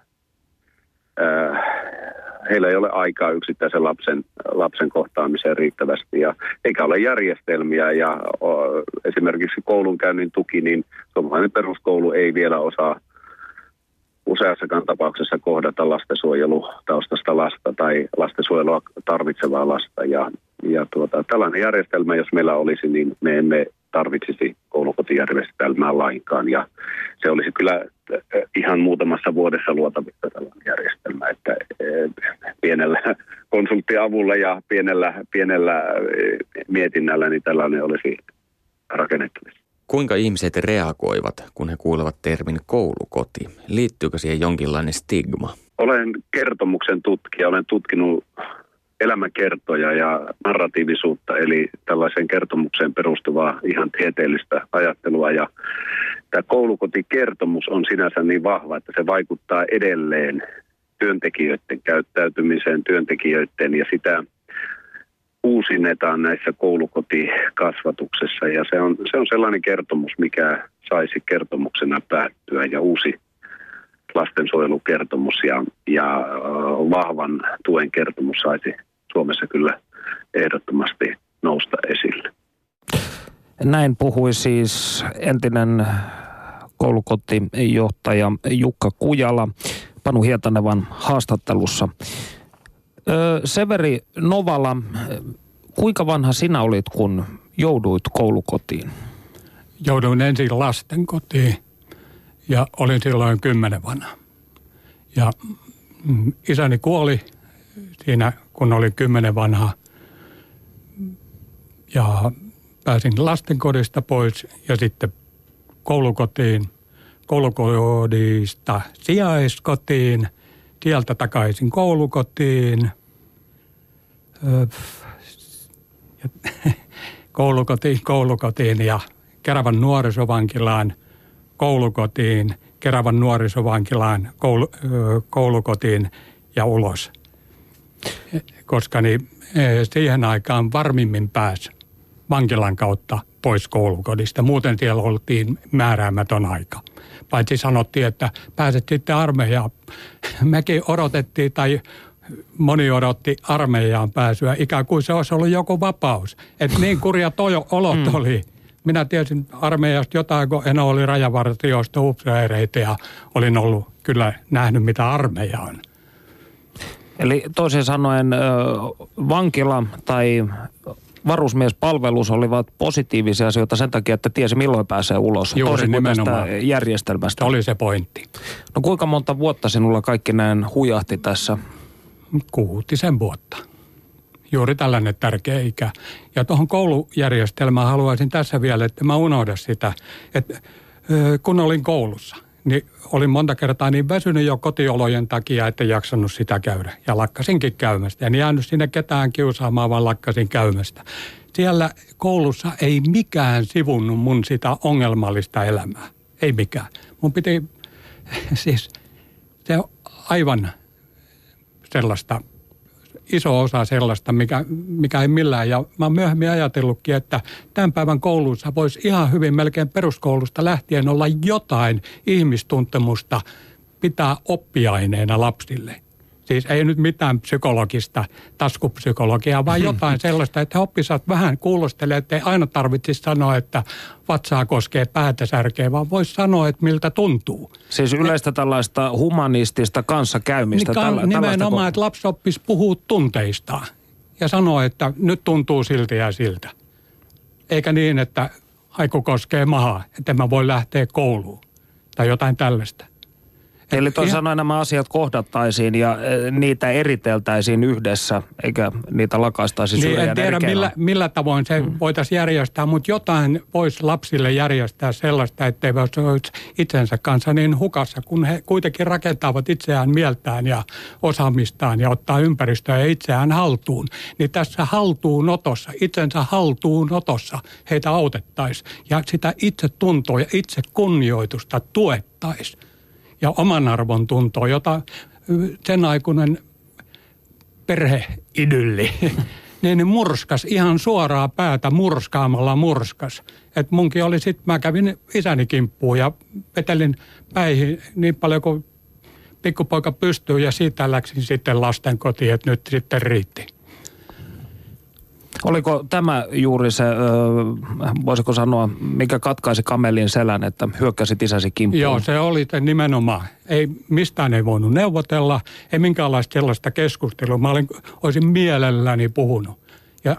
S6: Heillä ei ole aikaa yksittäisen lapsen, lapsen kohtaamiseen riittävästi ja eikä ole järjestelmiä ja o, esimerkiksi koulunkäynnin tuki, niin suomalainen peruskoulu ei vielä osaa useassakaan tapauksessa kohdata lastensuojelutaustaista lasta tai lastensuojelua tarvitsevaa lasta ja, ja tuota, tällainen järjestelmä, jos meillä olisi, niin me emme tarvitsisi koulukotijärjestelmää lainkaan ja se olisi kyllä ihan muutamassa vuodessa luotavissa tällainen järjestelmä, että pienellä konsulttiavulla ja pienellä, pienellä mietinnällä niin tällainen olisi rakennettavissa.
S5: Kuinka ihmiset reagoivat, kun he kuulevat termin koulukoti? Liittyykö siihen jonkinlainen stigma?
S6: Olen kertomuksen tutkija, olen tutkinut elämänkertoja ja narratiivisuutta, eli tällaiseen kertomukseen perustuvaa ihan tieteellistä ajattelua. Ja tämä koulukotikertomus on sinänsä niin vahva, että se vaikuttaa edelleen työntekijöiden käyttäytymiseen, työntekijöiden ja sitä uusinnetaan näissä koulukotikasvatuksessa. Ja se on, se on sellainen kertomus, mikä saisi kertomuksena päättyä ja uusi lastensuojelukertomus ja, ja vahvan tuen kertomus saisi Suomessa kyllä ehdottomasti nousta esille.
S2: Näin puhui siis entinen koulukotijohtaja Jukka Kujala Panu Hietanevan haastattelussa. Öö, Severi Novala, kuinka vanha sinä olit, kun jouduit koulukotiin?
S4: Jouduin ensin lastenkotiin ja olin silloin kymmenen vanha. Ja isäni kuoli siinä, kun olin kymmenen vanha. Ja pääsin lastenkodista pois ja sitten koulukotiin, koulukodista sijaiskotiin, sieltä takaisin koulukotiin, ja koulukotiin, koulukotiin ja Keravan nuorisovankilaan, koulukotiin, Keravan nuorisovankilaan, koulu, koulukotiin ja ulos. Koska niin, siihen aikaan varmimmin pääsi vankilan kautta pois koulukodista. Muuten siellä oltiin määräämätön aika. Paitsi sanottiin, että pääset sitten armeijaan. Mekin odotettiin tai moni odotti armeijaan pääsyä, ikään kuin se olisi ollut joku vapaus. Että niin kurja toi olot mm. oli. Minä tiesin armeijasta jotain, kun en oli rajavartioista upseereita ja olin ollut kyllä nähnyt, mitä armeija on.
S2: Eli toisin sanoen vankila tai varusmiespalvelus olivat positiivisia asioita sen takia, että tiesi milloin pääsee ulos.
S4: Juuri
S2: toisin kuin tästä
S4: nimenomaan.
S2: järjestelmästä.
S4: Oli se pointti.
S2: No kuinka monta vuotta sinulla kaikki näin hujahti tässä?
S4: Kuutisen vuotta. Juuri tällainen tärkeä ikä. Ja tuohon koulujärjestelmään haluaisin tässä vielä, että mä unohda sitä, että kun olin koulussa, niin olin monta kertaa niin väsynyt jo kotiolojen takia, että jaksanut sitä käydä. Ja lakkasinkin käymästä. En jäänyt sinne ketään kiusaamaan, vaan lakkasin käymästä. Siellä koulussa ei mikään sivunnut mun sitä ongelmallista elämää. Ei mikään. Mun piti, siis se on aivan sellaista, iso osa sellaista, mikä, mikä ei millään. Ja mä oon myöhemmin ajatellutkin, että tämän päivän koulussa voisi ihan hyvin melkein peruskoulusta lähtien olla jotain ihmistuntemusta pitää oppiaineena lapsille. Siis ei nyt mitään psykologista, taskupsykologiaa, vaan jotain sellaista, että he oppisivat vähän kuulostelemaan, että ei aina tarvitsisi sanoa, että vatsaa koskee päätä särkeä, vaan voisi sanoa, että miltä tuntuu.
S2: Siis yleistä tällaista humanistista kanssakäymistä.
S4: Niin
S2: tällä,
S4: nimenomaan, että lapsi oppisi puhua tunteistaan ja sanoa, että nyt tuntuu siltä ja siltä. Eikä niin, että haiku koskee mahaa, että mä voi lähteä kouluun tai jotain tällaista.
S2: Eli toisin sanoen nämä asiat kohdattaisiin ja niitä eriteltäisiin yhdessä, eikä niitä lakaistaisi
S4: niin,
S2: syrjään
S4: en tiedä millä, millä tavoin se hmm. voitaisiin järjestää, mutta jotain voisi lapsille järjestää sellaista, ettei olisi itsensä kanssa niin hukassa, kun he kuitenkin rakentavat itseään mieltään ja osaamistaan ja ottaa ympäristöä ja itseään haltuun. Niin tässä haltuunotossa, itsensä haltuunotossa heitä autettaisiin ja sitä itsetuntoa ja itsekunnioitusta tuettaisiin. Ja oman arvon tuntoa, jota sen aikuinen perheidylli, niin murskas ihan suoraa päätä murskaamalla murskas. Että munkin oli sitten, mä kävin isäni kimppuun ja vetelin päihin niin paljon kuin pikkupoika pystyy ja siitä läksin sitten lasten kotiin, että nyt sitten riitti.
S2: Oliko tämä juuri se, voisiko sanoa, mikä katkaisi kamelin selän, että hyökkäsit isäsi kimppuun?
S4: Joo, se oli nimenomaan. Ei, mistään ei voinut neuvotella, ei minkäänlaista sellaista keskustelua. Mä olin, olisin mielelläni puhunut. Ja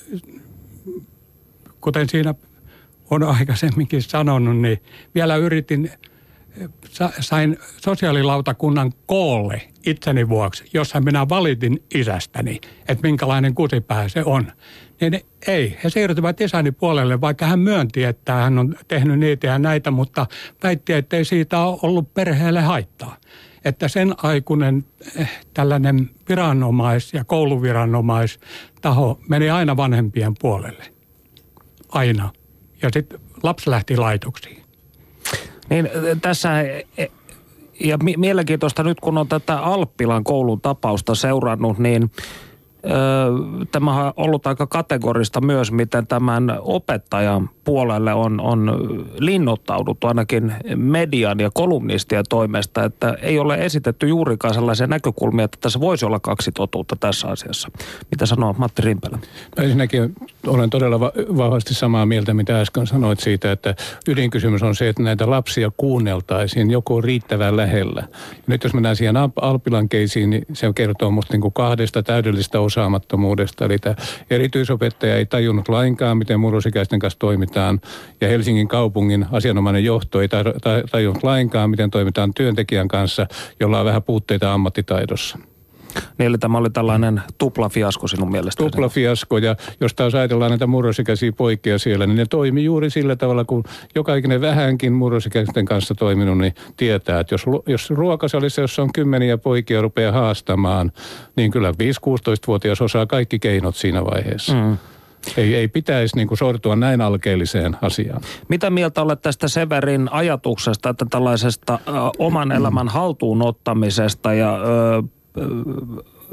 S4: kuten siinä on aikaisemminkin sanonut, niin vielä yritin, sain sosiaalilautakunnan koolle itseni vuoksi, jossa minä valitin isästäni, että minkälainen kusipää se on. Niin ei, he siirtyvät isäni puolelle, vaikka hän myönti, että hän on tehnyt niitä ja näitä, mutta väitti, että ei siitä ole ollut perheelle haittaa. Että sen aikuinen eh, tällainen viranomais- ja kouluviranomaistaho meni aina vanhempien puolelle. Aina. Ja sitten lapsi lähti laitoksiin.
S2: Niin tässä, ja mielenkiintoista nyt kun on tätä Alppilan koulun tapausta seurannut, niin tämä on ollut aika kategorista myös, miten tämän opettajan puolelle on, on linnoittauduttu ainakin median ja kolumnistien toimesta, että ei ole esitetty juurikaan sellaisia näkökulmia, että tässä voisi olla kaksi totuutta tässä asiassa. Mitä sanoo Matti Rimpelä? No
S3: ensinnäkin olen todella va- vahvasti samaa mieltä, mitä äsken sanoit siitä, että ydinkysymys on se, että näitä lapsia kuunneltaisiin joko riittävän lähellä. Ja nyt jos mennään siihen Alppilan keisiin, niin se kertoo musta niin kuin kahdesta täydellistä osaamattomuudesta. Eli tämä erityisopettaja ei tajunnut lainkaan, miten murrosikäisten kanssa toimitaan. Ja Helsingin kaupungin asianomainen johto ei tajunnut lainkaan, miten toimitaan työntekijän kanssa, jolla on vähän puutteita ammattitaidossa.
S2: Niin, eli tämä oli tällainen tuplafiasko sinun mielestäsi?
S3: Tuplafiasko, ja jos taas ajatellaan näitä murrosikäisiä poikia siellä, niin ne toimi juuri sillä tavalla, kun jokainen vähänkin murrosikäisten kanssa toiminut, niin tietää, että jos, jos ruokasalissa, jossa on kymmeniä poikia, rupeaa haastamaan, niin kyllä viisi-kuusitoistavuotias osaa kaikki keinot siinä vaiheessa. Mm. Ei, ei pitäisi niin kuin sortua näin alkeelliseen asiaan.
S2: Mitä mieltä olet tästä Severin ajatuksesta, että tällaisesta ö, oman elämän haltuun ottamisesta ja ö,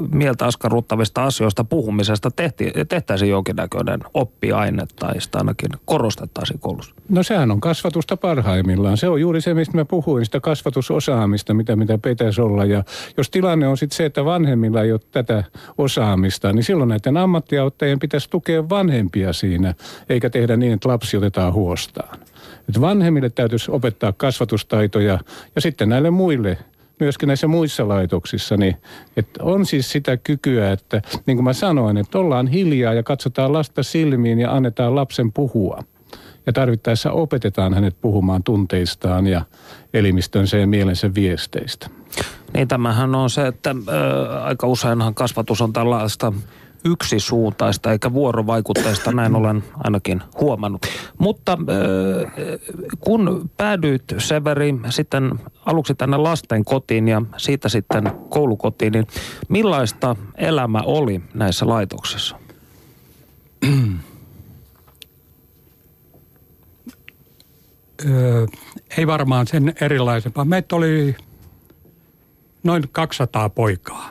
S2: mieltä askarruttavista asioista puhumisesta tehti, tehtäisiin jonkinnäköinen oppiaine tai sitä ainakin korostettaisiin koulussa?
S3: No sehän on kasvatusta parhaimmillaan. Se on juuri se, mistä mä puhuin, sitä kasvatusosaamista, mitä, mitä pitäisi olla. Ja jos tilanne on sitten se, että vanhemmilla ei ole tätä osaamista, niin silloin näiden ammattiauttajien pitäisi tukea vanhempia siinä, eikä tehdä niin, että lapsi otetaan huostaan. Että vanhemmille täytyisi opettaa kasvatustaitoja ja sitten näille muille, myöskin näissä muissa laitoksissa, niin että on siis sitä kykyä, että niin kuin mä sanoin, että ollaan hiljaa ja katsotaan lasta silmiin ja annetaan lapsen puhua. Ja tarvittaessa opetetaan hänet puhumaan tunteistaan ja elimistönsä ja mielensä viesteistä.
S2: Niin tämähän on se, että ä, aika useinhan kasvatus on tällaista yksisuuntaista eikä vuorovaikutteista, näin olen ainakin huomannut. Mutta äh, kun päädyit, Severi, sitten aluksi tänne lasten kotiin ja siitä sitten koulukotiin, niin millaista elämä oli näissä laitoksissa?
S4: Öö, ei varmaan sen erilaisempaa. Meitä oli noin kaksisataa poikaa.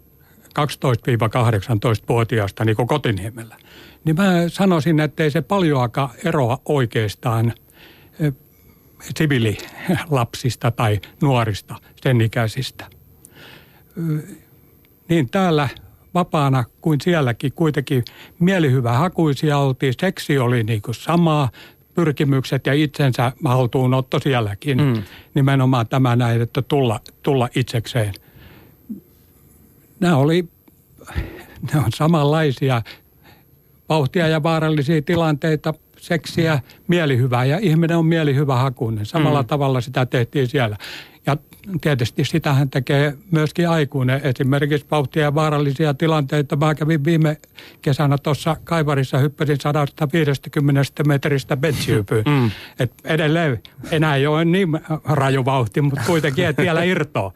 S4: kaksitoista-kahdeksantoista-vuotiaasta niin kuin Kotiniemellä. Niin mä sanoisin, että ei se paljoakaan eroa oikeastaan eh, siviililapsista tai nuorista, sen ikäisistä. Eh, niin täällä vapaana kuin sielläkin kuitenkin mielihyvähakuisia oltiin. Seksi oli niin kuin samaa, pyrkimykset ja itsensä haltuunotto sielläkin. Mm. Nimenomaan tämä näin, että tulla, tulla itsekseen. Nämä oli, ne on samanlaisia vauhtia ja vaarallisia tilanteita, seksiä, mielihyvää ja ihminen on mielihyvähakuinen. Samalla mm. tavalla sitä tehtiin siellä. Ja tietysti sitähän tekee myöskin aikuinen. Esimerkiksi vauhtia ja vaarallisia tilanteita. Mä kävin viime kesänä tuossa Kaivarissa, hyppäsin sata viisikymmentä metristä bensihypyyn. Mm. Et edelleen enää ei ole niin raju vauhti, mutta kuitenkin et vielä irtoa.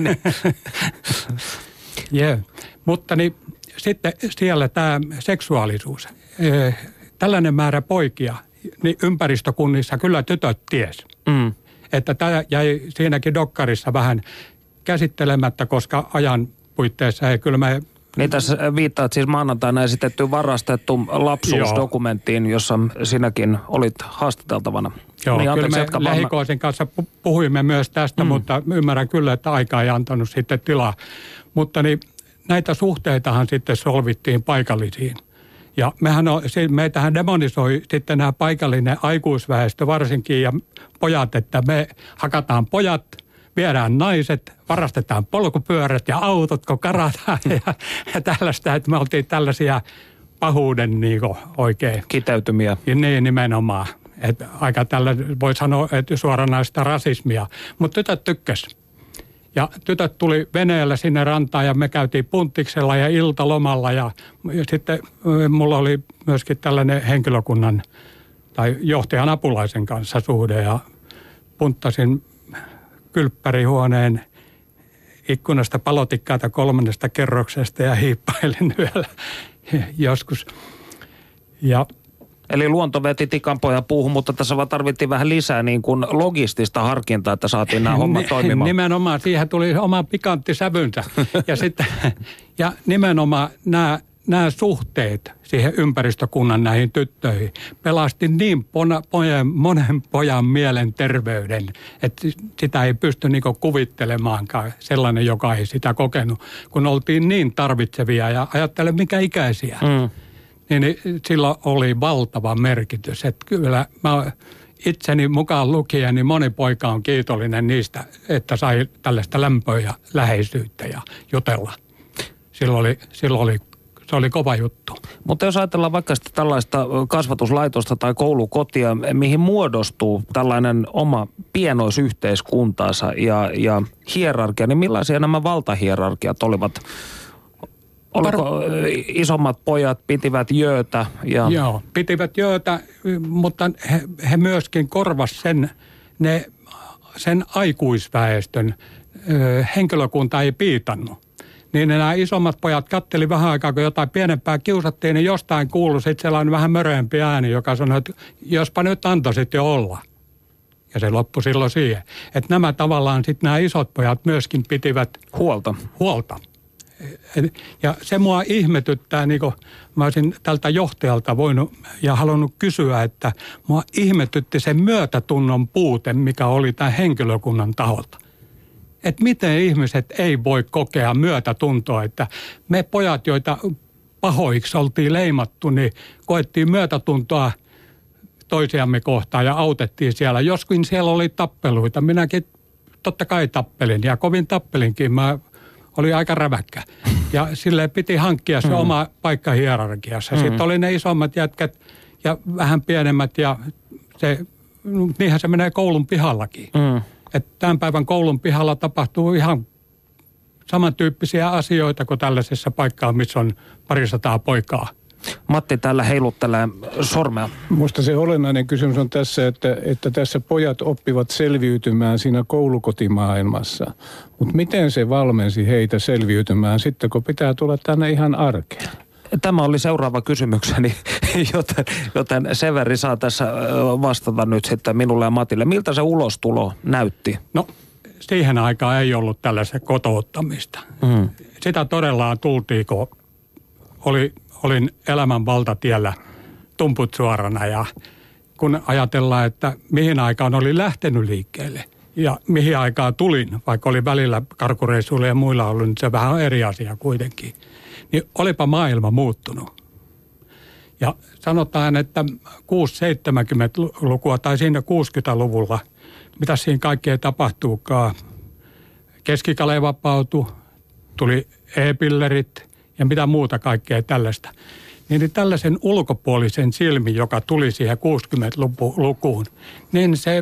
S4: Yeah. Mutta niin, sitten siellä tämä seksuaalisuus. Eh, tällainen määrä poikia, niin ympäristökunnissa kyllä tytöt ties. Mm. Että tämä jäi siinäkin dokkarissa vähän käsittelemättä, koska ajan puitteissa ei kyllä me...
S2: Niin tässä viittaat siis maanantaina esitettyyn varastettu lapsuusdokumenttiin, jossa sinäkin olit haastateltavana.
S4: Joo,
S2: niin,
S4: kyllä me lähikoisen kanssa puhuimme myös tästä, mm. mutta ymmärrän kyllä, että aika ei antanut sitten tilaa. Mutta niin, näitä suhteitahan sitten solvittiin paikallisiin. Ja mehän on, meitähän demonisoi sitten nämä paikallinen aikuisväestö varsinkin ja pojat, että me hakataan pojat, viedään naiset, varastetaan polkupyörät ja autot, kun karataan ja, ja tällaista, että me oltiin tällaisia pahuuden niin kuin oikein.
S2: Kiteytymiä.
S4: Ja niin nimenomaan. Että aika tällä voi sanoa, että suoranaista rasismia, mutta tytöt tykkäs. Ja tytöt tuli veneellä sinne rantaan ja me käytiin punttiksella ja iltalomalla ja, ja sitten mulla oli myöskin tällainen henkilökunnan tai johtajan apulaisen kanssa suhde ja punttasin kylppärihuoneen ikkunasta palotikkaita kolmannesta kerroksesta ja hiippailin yöllä joskus. Ja
S2: eli luonto veti tikanpoja puuhun, mutta tässä vaan tarvittiin vähän lisää niin kuin logistista harkintaa, että saatiin nämä hommat toimimaan.
S4: Nimenomaan, siihen tuli oma pikantti sävynsä. ja, sitten, ja nimenomaan nämä, nämä suhteet siihen ympäristökunnan näihin tyttöihin pelasti niin pona, pojen, monen pojan mielenterveyden, että sitä ei pysty niinku kuvittelemaankaan sellainen, joka ei sitä kokenut, kun oltiin niin tarvitsevia ja ajattele mikä ikäisiä. Mm. Niin sillä oli valtava merkitys. Että kyllä mä itseni mukaan lukien, niin moni poika on kiitollinen niistä, että sai tällaista lämpöä ja läheisyyttä ja jutella. Silloin oli, silloin oli, se oli kova juttu.
S2: Mutta jos ajatellaan vaikka sitten tällaista kasvatuslaitosta tai koulukotia, mihin muodostuu tällainen oma pienoisyhteiskuntaansa ja, ja hierarkia, niin millaisia nämä valtahierarkiat olivat? Oliko isommat pojat pitivät jöötä? Ja...
S4: Joo, pitivät jöötä, mutta he, he myöskin korvas sen, ne, sen aikuisväestön. Ö, henkilökunta ei piitannut. Niin nämä isommat pojat katteli vähän aikaa, kun jotain pienempää kiusattiin, niin jostain kuului sitten sellainen vähän mörömpi ääni, joka sanoi, että jospa nyt antoisit jo olla. Ja se loppui silloin siihen. Että nämä tavallaan sitten nämä isot pojat myöskin pitivät
S2: huolta.
S4: Huolta. Ja se mua ihmetyttää, niin kuin mä olisin tältä johtajalta voinut ja halunnut kysyä, että mua ihmetytti se myötätunnon puute, mikä oli tämän henkilökunnan taholta. Että miten ihmiset ei voi kokea myötätuntoa, että me pojat, joita pahoiksi oltiin leimattu, niin koettiin myötätuntoa toisiamme kohtaan ja autettiin siellä. Joskin siellä oli tappeluita. Minäkin totta kai tappelin ja kovin tappelinkin. Mä olin aika räväkkä. Ja silleen piti hankkia se mm. oma paikka hierarkiassa. Mm. Sitten oli ne isommat jätkät ja vähän pienemmät ja se, niinhän se menee koulun pihallakin. Mm. Että tämän päivän koulun pihalla tapahtuu ihan samantyyppisiä asioita kuin tällaisessa paikkaa, missä on parisataa poikaa.
S2: Matti täällä heiluttelee sormea.
S3: Minusta se olennainen kysymys on tässä, että, että tässä pojat oppivat selviytymään siinä koulukotimaailmassa. Mutta miten se valmensi heitä selviytymään sitten, kun pitää tulla tänne ihan arkeen?
S2: Tämä oli seuraava kysymykseni, joten, joten Severi saa tässä vastata nyt sitten minulle ja Matille. Miltä se ulostulo näytti?
S4: No siihen aikaan ei ollut tällaista kotouttamista. Mm. Sitä todella tultiin, kun oli, olin elämän valtatiellä tumput suorana ja kun ajatellaan, että mihin aikaan oli lähtenyt liikkeelle ja mihin aikaan tulin, vaikka oli välillä karkureissuilla ja muilla ollut, niin se vähän eri asia kuitenkin. Niin olipa maailma muuttunut. Ja sanotaan, että kuusikymmentä-seitsemänkymmentälukua tai siinä kuusikymmentäluvulla, mitä siinä kaikkea tapahtuukaan, keskikale vapautui, tuli e-pillerit ja mitä muuta kaikkea tällaista. Niin tällaisen ulkopuolisen silmin, joka tuli siihen kuusikymmentälukuun, niin se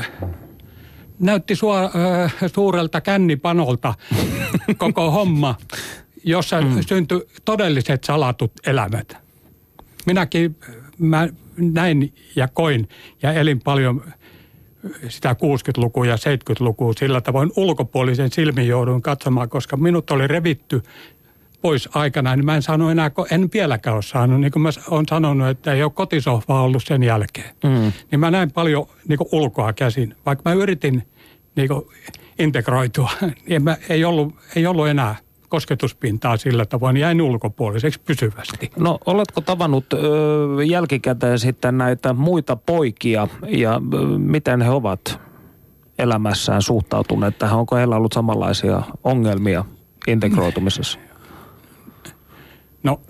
S4: näytti suor, äh, suurelta kännipanolta koko homma, jossa mm. syntyi todelliset salatut elämät. Minäkin mä näin ja koin ja elin paljon sitä kuusikymmentälukua ja seitsemänkymmentälukua sillä tavoin ulkopuolisen silmin jouduin katsomaan, koska minut oli revitty pois aikana, niin mä en saanut enää, en vieläkään ole saanut, niin kuin mä olen sanonut, että ei ole kotisohvaa ollut sen jälkeen. Mm. Niin mä näin paljon niin kuin ulkoa käsin, vaikka mä yritin niin kuin integroitua, niin mä, ei, ollut, ei ollut enää kosketuspintaa sillä tavoin, jäin ulkopuoliseksi pysyvästi.
S2: No oletko tavannut ö, jälkikäteen sitten näitä muita poikia ja ö, miten he ovat elämässään suhtautuneet tähän? Onko heillä ollut samanlaisia ongelmia integroitumisessa?
S4: No,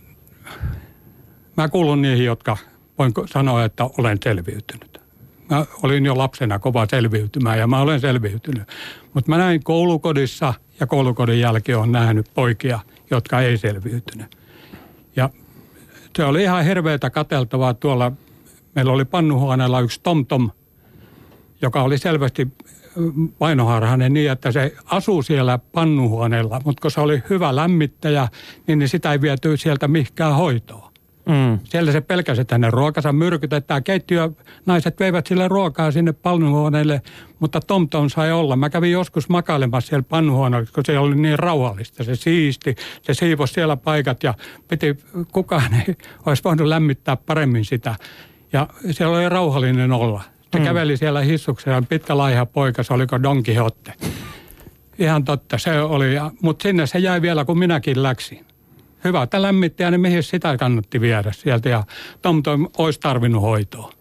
S4: mä kuulun niihin, jotka voin sanoa, että olen selviytynyt. Mä olin jo lapsena kova selviytymään ja mä olen selviytynyt. Mutta mä näin koulukodissa ja koulukodin jälkeen on nähnyt poikia, jotka ei selviytynyt. Ja se oli ihan hirveätä katseltavaa tuolla. Meillä oli pannuhuoneella yksi TomTom, joka oli selvästi vainoharhainen niin, että se asuu siellä pannuhuoneella, mutta kun se oli hyvä lämmittäjä, niin sitä ei viety sieltä mihinkään hoitoon. Mm. Siellä se pelkäsi, että hänen ruokansa myrkytetään. Keittiö, naiset veivät sille ruokaa sinne pannuhuoneelle, mutta TomTom sai olla. Mä kävin joskus makailemassa siellä pannuhuoneella, kun se oli niin rauhallista. Se siisti, se siivosi siellä paikat ja piti, kukaan ei olisi voinut lämmittää paremmin sitä. Ja siellä oli rauhallinen olla. Se mm. käveli siellä hissuksella, pitkä laiha poika, se oliko Don Quixote. Ihan totta, se oli, mutta sinne se jäi vielä, kun minäkin läksin. Hyvä, että lämmittäjä, niin mihin sitä kannatti viedä sieltä ja TomTom olisi tarvinnut hoitoa.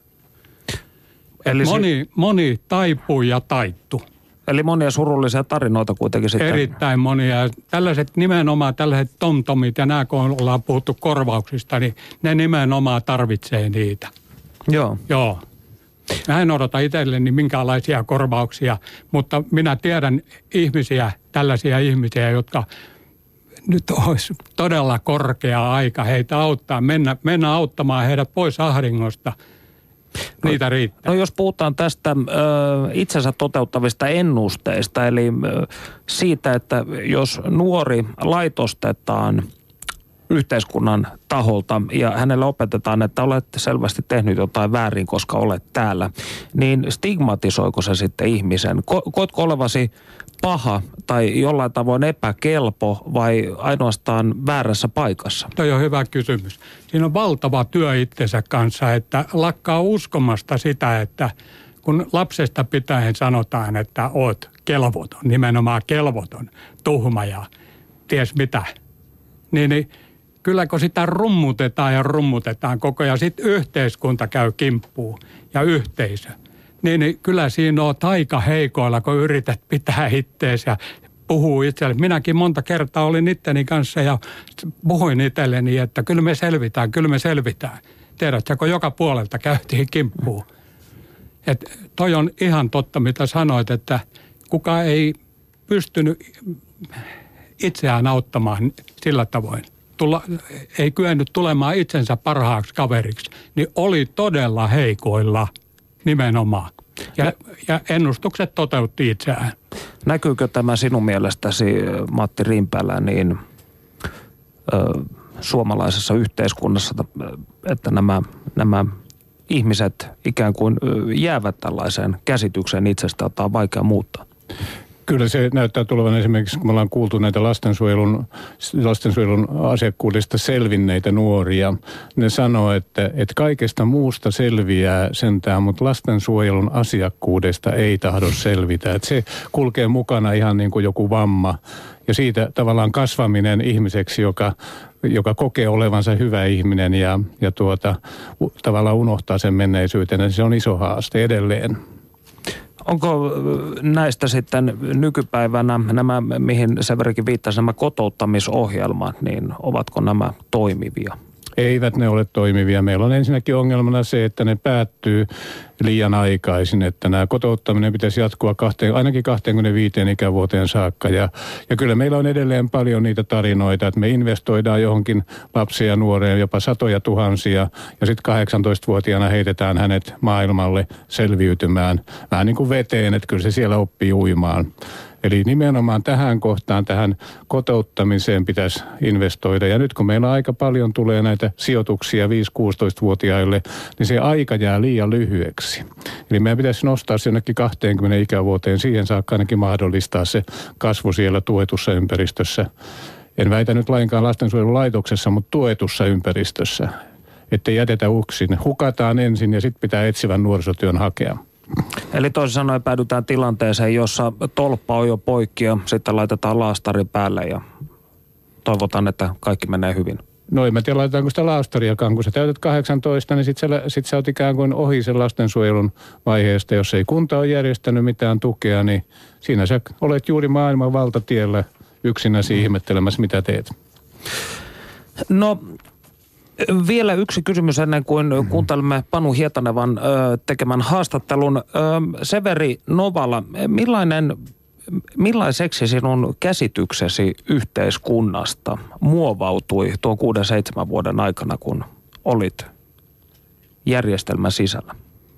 S4: Eli moni, se... moni taipui ja taittu.
S2: Eli monia surullisia tarinoita kuitenkin sitten.
S4: Erittäin monia. Tällaiset nimenomaan, tällaiset TomTomit ja nämä, kun ollaan puhuttu korvauksista, niin ne nimenomaan tarvitsee niitä.
S2: Joo.
S4: Joo. Mä en odota itselleni minkäänlaisia korvauksia, mutta minä tiedän ihmisiä, tällaisia ihmisiä, jotka nyt olisi todella korkea aika heitä auttaa, mennä, mennä auttamaan heidät pois ahdingosta. Niitä riittää.
S2: No jos puhutaan tästä ö, itsensä toteuttavista ennusteista, eli ö, siitä, että jos nuori laitostetaan yhteiskunnan taholta ja hänelle opetetaan, että olet selvästi tehnyt jotain väärin, koska olet täällä, niin stigmatisoiko se sitten ihmisen? Ko- koetko olevasi paha tai jollain tavoin epäkelpo vai ainoastaan väärässä paikassa?
S4: Toi on hyvä kysymys. Siinä on valtava työ itsensä kanssa, että lakkaa uskomasta sitä, että kun lapsesta pitäen sanotaan, että oot kelvoton, nimenomaan kelvoton, tuhma ja ties mitä, niin, niin kyllä kun sitä rummutetaan ja rummutetaan koko ajan, sitten yhteiskunta käy kimppuun ja yhteisö. Niin, niin kyllä siinä on taika heikoilla, kun yrität pitää itteesi ja puhuu itselle. Minäkin monta kertaa olin itteni kanssa ja puhuin itselleni, että kyllä me selvitään, kyllä me selvitään. Tiedätkö, kun joka puolelta käytiin kimppuun. Että toi on ihan totta, mitä sanoit, että kuka ei pystynyt itseään auttamaan sillä tavoin. Tulla, ei kyennyt tulemaan itsensä parhaaksi kaveriksi, niin oli todella heikoilla nimenomaan. Ja, ja ennustukset toteutti itseään.
S2: Näkyykö tämä sinun mielestäsi, Matti Rimpälä, niin ö, suomalaisessa yhteiskunnassa, että nämä, nämä ihmiset ikään kuin jäävät tällaiseen käsitykseen itsestä, jota on vaikea muuttaa?
S3: Kyllä se näyttää tulevan esimerkiksi, kun me ollaan kuultu näitä lastensuojelun, lastensuojelun asiakkuudesta selvinneitä nuoria. Ne sanoo, että, että kaikesta muusta selviää sentään, mutta lastensuojelun asiakkuudesta ei tahdo selvitä. Että se kulkee mukana ihan niin kuin joku vamma. Ja siitä tavallaan kasvaminen ihmiseksi, joka, joka kokee olevansa hyvä ihminen ja, ja tuota, tavallaan unohtaa sen menneisyyteen, niin se on iso haaste edelleen.
S2: Onko näistä sitten nykypäivänä nämä, mihin Severikin viittasi, nämä kotouttamisohjelmat, niin ovatko nämä toimivia?
S3: Eivät ne ole toimivia. Meillä on ensinnäkin ongelmana se, että ne päättyy liian aikaisin, että nämä kotouttaminen pitäisi jatkua kahteen, ainakin kaksikymmentäviisi ikävuoteen saakka. Ja, ja kyllä meillä on edelleen paljon niitä tarinoita, että me investoidaan johonkin lapsia ja nuoreen jopa satoja tuhansia ja sitten kahdeksantoistavuotiaana heitetään hänet maailmalle selviytymään vähän niin kuin veteen, että kyllä se siellä oppii uimaan. Eli nimenomaan tähän kohtaan, tähän kotouttamiseen pitäisi investoida. Ja nyt kun meillä aika paljon tulee näitä sijoituksia viisi-kuusitoistavuotiaille, niin se aika jää liian lyhyeksi. Eli meidän pitäisi nostaa se jonnekin kaksikymmentä ikävuoteen. Siihen saakka ainakin mahdollistaa se kasvu siellä tuetussa ympäristössä. En väitä nyt lainkaan lastensuojelulaitoksessa, mutta tuetussa ympäristössä. Että jätetä yksin. Hukataan ensin ja sitten pitää etsivän nuorisotyön hakea.
S2: Eli toisin sanoen päädytään tilanteeseen, jossa tolppa on jo poikki ja sitten laitetaan laastari päälle ja toivotaan, että kaikki menee hyvin.
S3: No en mä tiedä, laitetaanko sitä laastariakaan. Kun sä täytät kahdeksantoista, niin sit sä, sit sä oot ikään kuin ohi sen lastensuojelun vaiheesta. Jos ei kunta ole järjestänyt mitään tukea, niin siinä sä olet juuri maailman valtatiellä yksinäsi ihmettelemässä, mitä teet.
S2: No vielä yksi kysymys ennen kuin kuuntelemme Panu Hietanevan ö, tekemän haastattelun. Ö, Severi Novala, millainen, millaiseksi sinun käsityksesi yhteiskunnasta muovautui tuon kuuden seitsemän vuoden aikana, kun olit järjestelmän sisällä?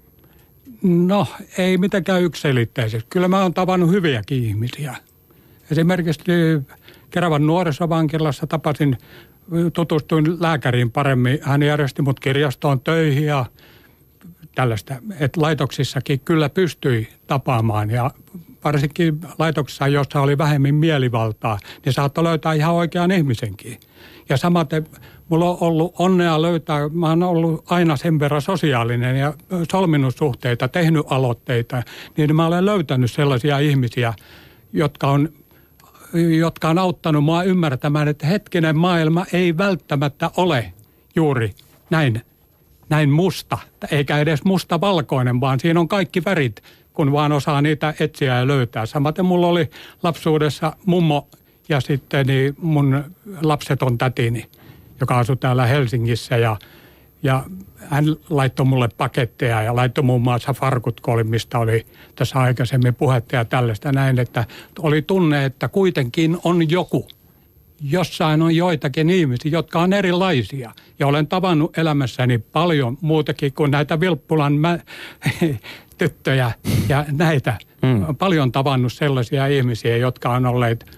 S4: No, ei mitenkään yksiselitteisesti. Kyllä mä oon tavannut hyviäkin ihmisiä. Esimerkiksi Keravan nuorisovankilassa tapasin, tutustuin lääkäriin paremmin. Hän järjesti mut kirjastoon töihin ja tällaista. Että laitoksissakin kyllä pystyi tapaamaan ja varsinkin laitoksissa, jossa oli vähemmän mielivaltaa, niin saattoi löytää ihan oikean ihmisenkin. Ja samaten mulla on ollut onnea löytää, mä oon ollut aina sen verran sosiaalinen ja solminut suhteita, tehnyt aloitteita, niin mä olen löytänyt sellaisia ihmisiä, jotka on, jotka on auttanut mua ymmärtämään, että hetkinen maailma ei välttämättä ole juuri näin, näin musta, eikä edes musta-valkoinen, vaan siinä on kaikki värit, kun vaan osaa niitä etsiä ja löytää. Samaten mulla oli lapsuudessa mummo ja sitten niin mun lapseton tätini, joka asui täällä Helsingissä ja, ja hän laittoi mulle paketteja ja laittoi muun muassa farkut, mistä oli tässä aikaisemmin puhetta ja tällaista näin, että oli tunne, että kuitenkin on joku. Jossain on joitakin ihmisiä, jotka on erilaisia. Ja olen tavannut elämässäni paljon muutakin kuin näitä Vilppulan mä, tyttöjä ja näitä. Mm. Paljon tavannut sellaisia ihmisiä, jotka on olleet,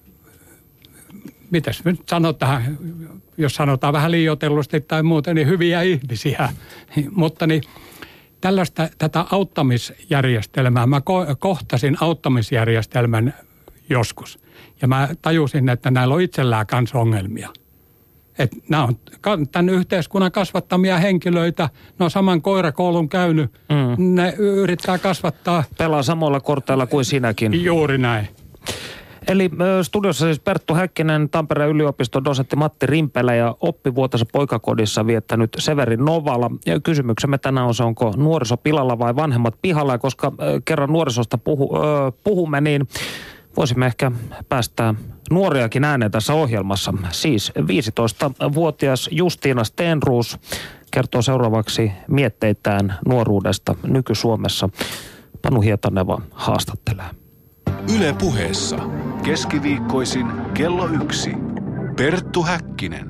S4: mitäs nyt sanotaan, jos sanotaan vähän liioitellusti tai muuten, niin hyviä ihmisiä. Mutta niin tällaista, tätä auttamisjärjestelmää, mä kohtasin auttamisjärjestelmän joskus. Ja mä tajusin, että näillä on itsellään kanssa ongelmia. Että nämä on tämän yhteiskunnan kasvattamia henkilöitä, ne on saman koirakoulun käynyt, mm. ne yrittää kasvattaa.
S2: Pelaa samoilla korteilla kuin sinäkin.
S4: Juuri näin.
S2: Eli studiossa siis Perttu Häkkinen, Tampereen yliopiston dosentti Matti Rimpelä ja oppivuotensa poikakodissa viettänyt Severi Novala. Ja kysymyksemme tänään on se, onko nuoriso pilalla vai vanhemmat pihalla. Ja koska kerran nuorisosta puhu, äh, puhumme, niin voisimme ehkä päästää nuoriakin ääneen tässä ohjelmassa. Siis viisitoistavuotias Justiina Stenroos kertoo seuraavaksi mietteitään nuoruudesta nyky-Suomessa. Panu Hietaneva haastattelee.
S1: Yle Puheessa keskiviikkoisin kello yksi. Perttu Häkkinen.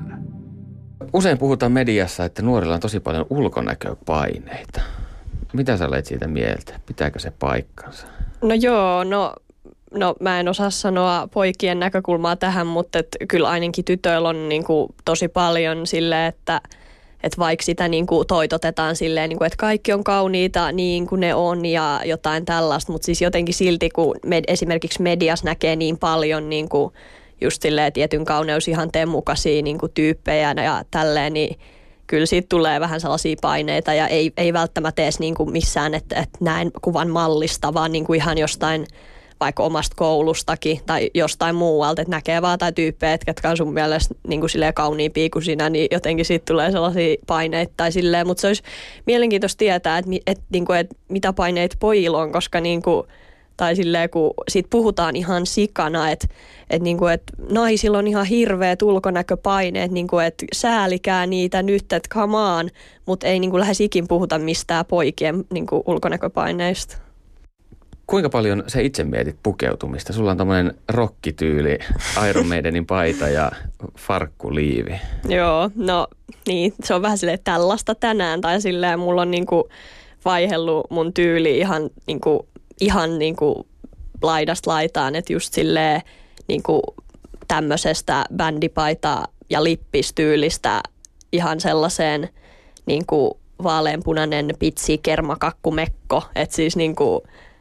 S5: Usein puhutaan mediassa, että nuorilla on tosi paljon ulkonäköpaineita. Mitä sä olet siitä mieltä? Pitääkö se paikkansa?
S7: No joo, no, no mä en osaa sanoa poikien näkökulmaa tähän, mutta et kyllä ainakin tytöillä on niinku tosi paljon silleen, että et vaikka sitä niinku toitotetaan silleen, niinku, että kaikki on kauniita niin kuin ne on ja jotain tällaista, mutta siis jotenkin silti, kun med, esimerkiksi mediassa näkee niin paljon niinku just silleen tietyn kauneusihanteen mukaisia niinku tyyppejä ja tälleen, niin kyllä siitä tulee vähän sellaisia paineita ja ei, ei välttämättä edes niinku missään, että, että näen kuvan mallista, vaan niinku ihan jostain vaikka omasta koulustakin tai jostain muualta, että näkee vaan tai tyyppejä, jotka on sun mielestä niin kuin silleen kauniimpia kuin sinä, niin jotenkin siitä tulee sellaisia paineita tai silleen, mutta se olisi mielenkiintoista tietää, että, että, niin kuin, että mitä paineita pojilla on, koska niin kuin, tai silleen, kun siitä puhutaan ihan sikana, että, että, niin kuin, että naisilla on ihan hirveät ulkonäköpaineet, niin kuin, että säälikää niitä nyt, että come on, mutta ei niin kuin lähes ikin puhuta mistään poikien niin kuin ulkonäköpaineista.
S5: Kuinka paljon sä itse mietit pukeutumista? Sulla on tommoinen rockityyli, Iron Maidenin paita ja farkkuliivi. Joo,
S7: no niin, se on vähän silleen tällaista tänään. Tai silleen mulla on niinku vaihellut mun tyyli ihan, niinku, ihan niinku laidasta laitaan. Että just silleen niinku tämmöisestä bändipaita ja lippistyylistä ihan sellaiseen niinku vaaleanpunainen pitsi kermakakkumekko. Että siis niinku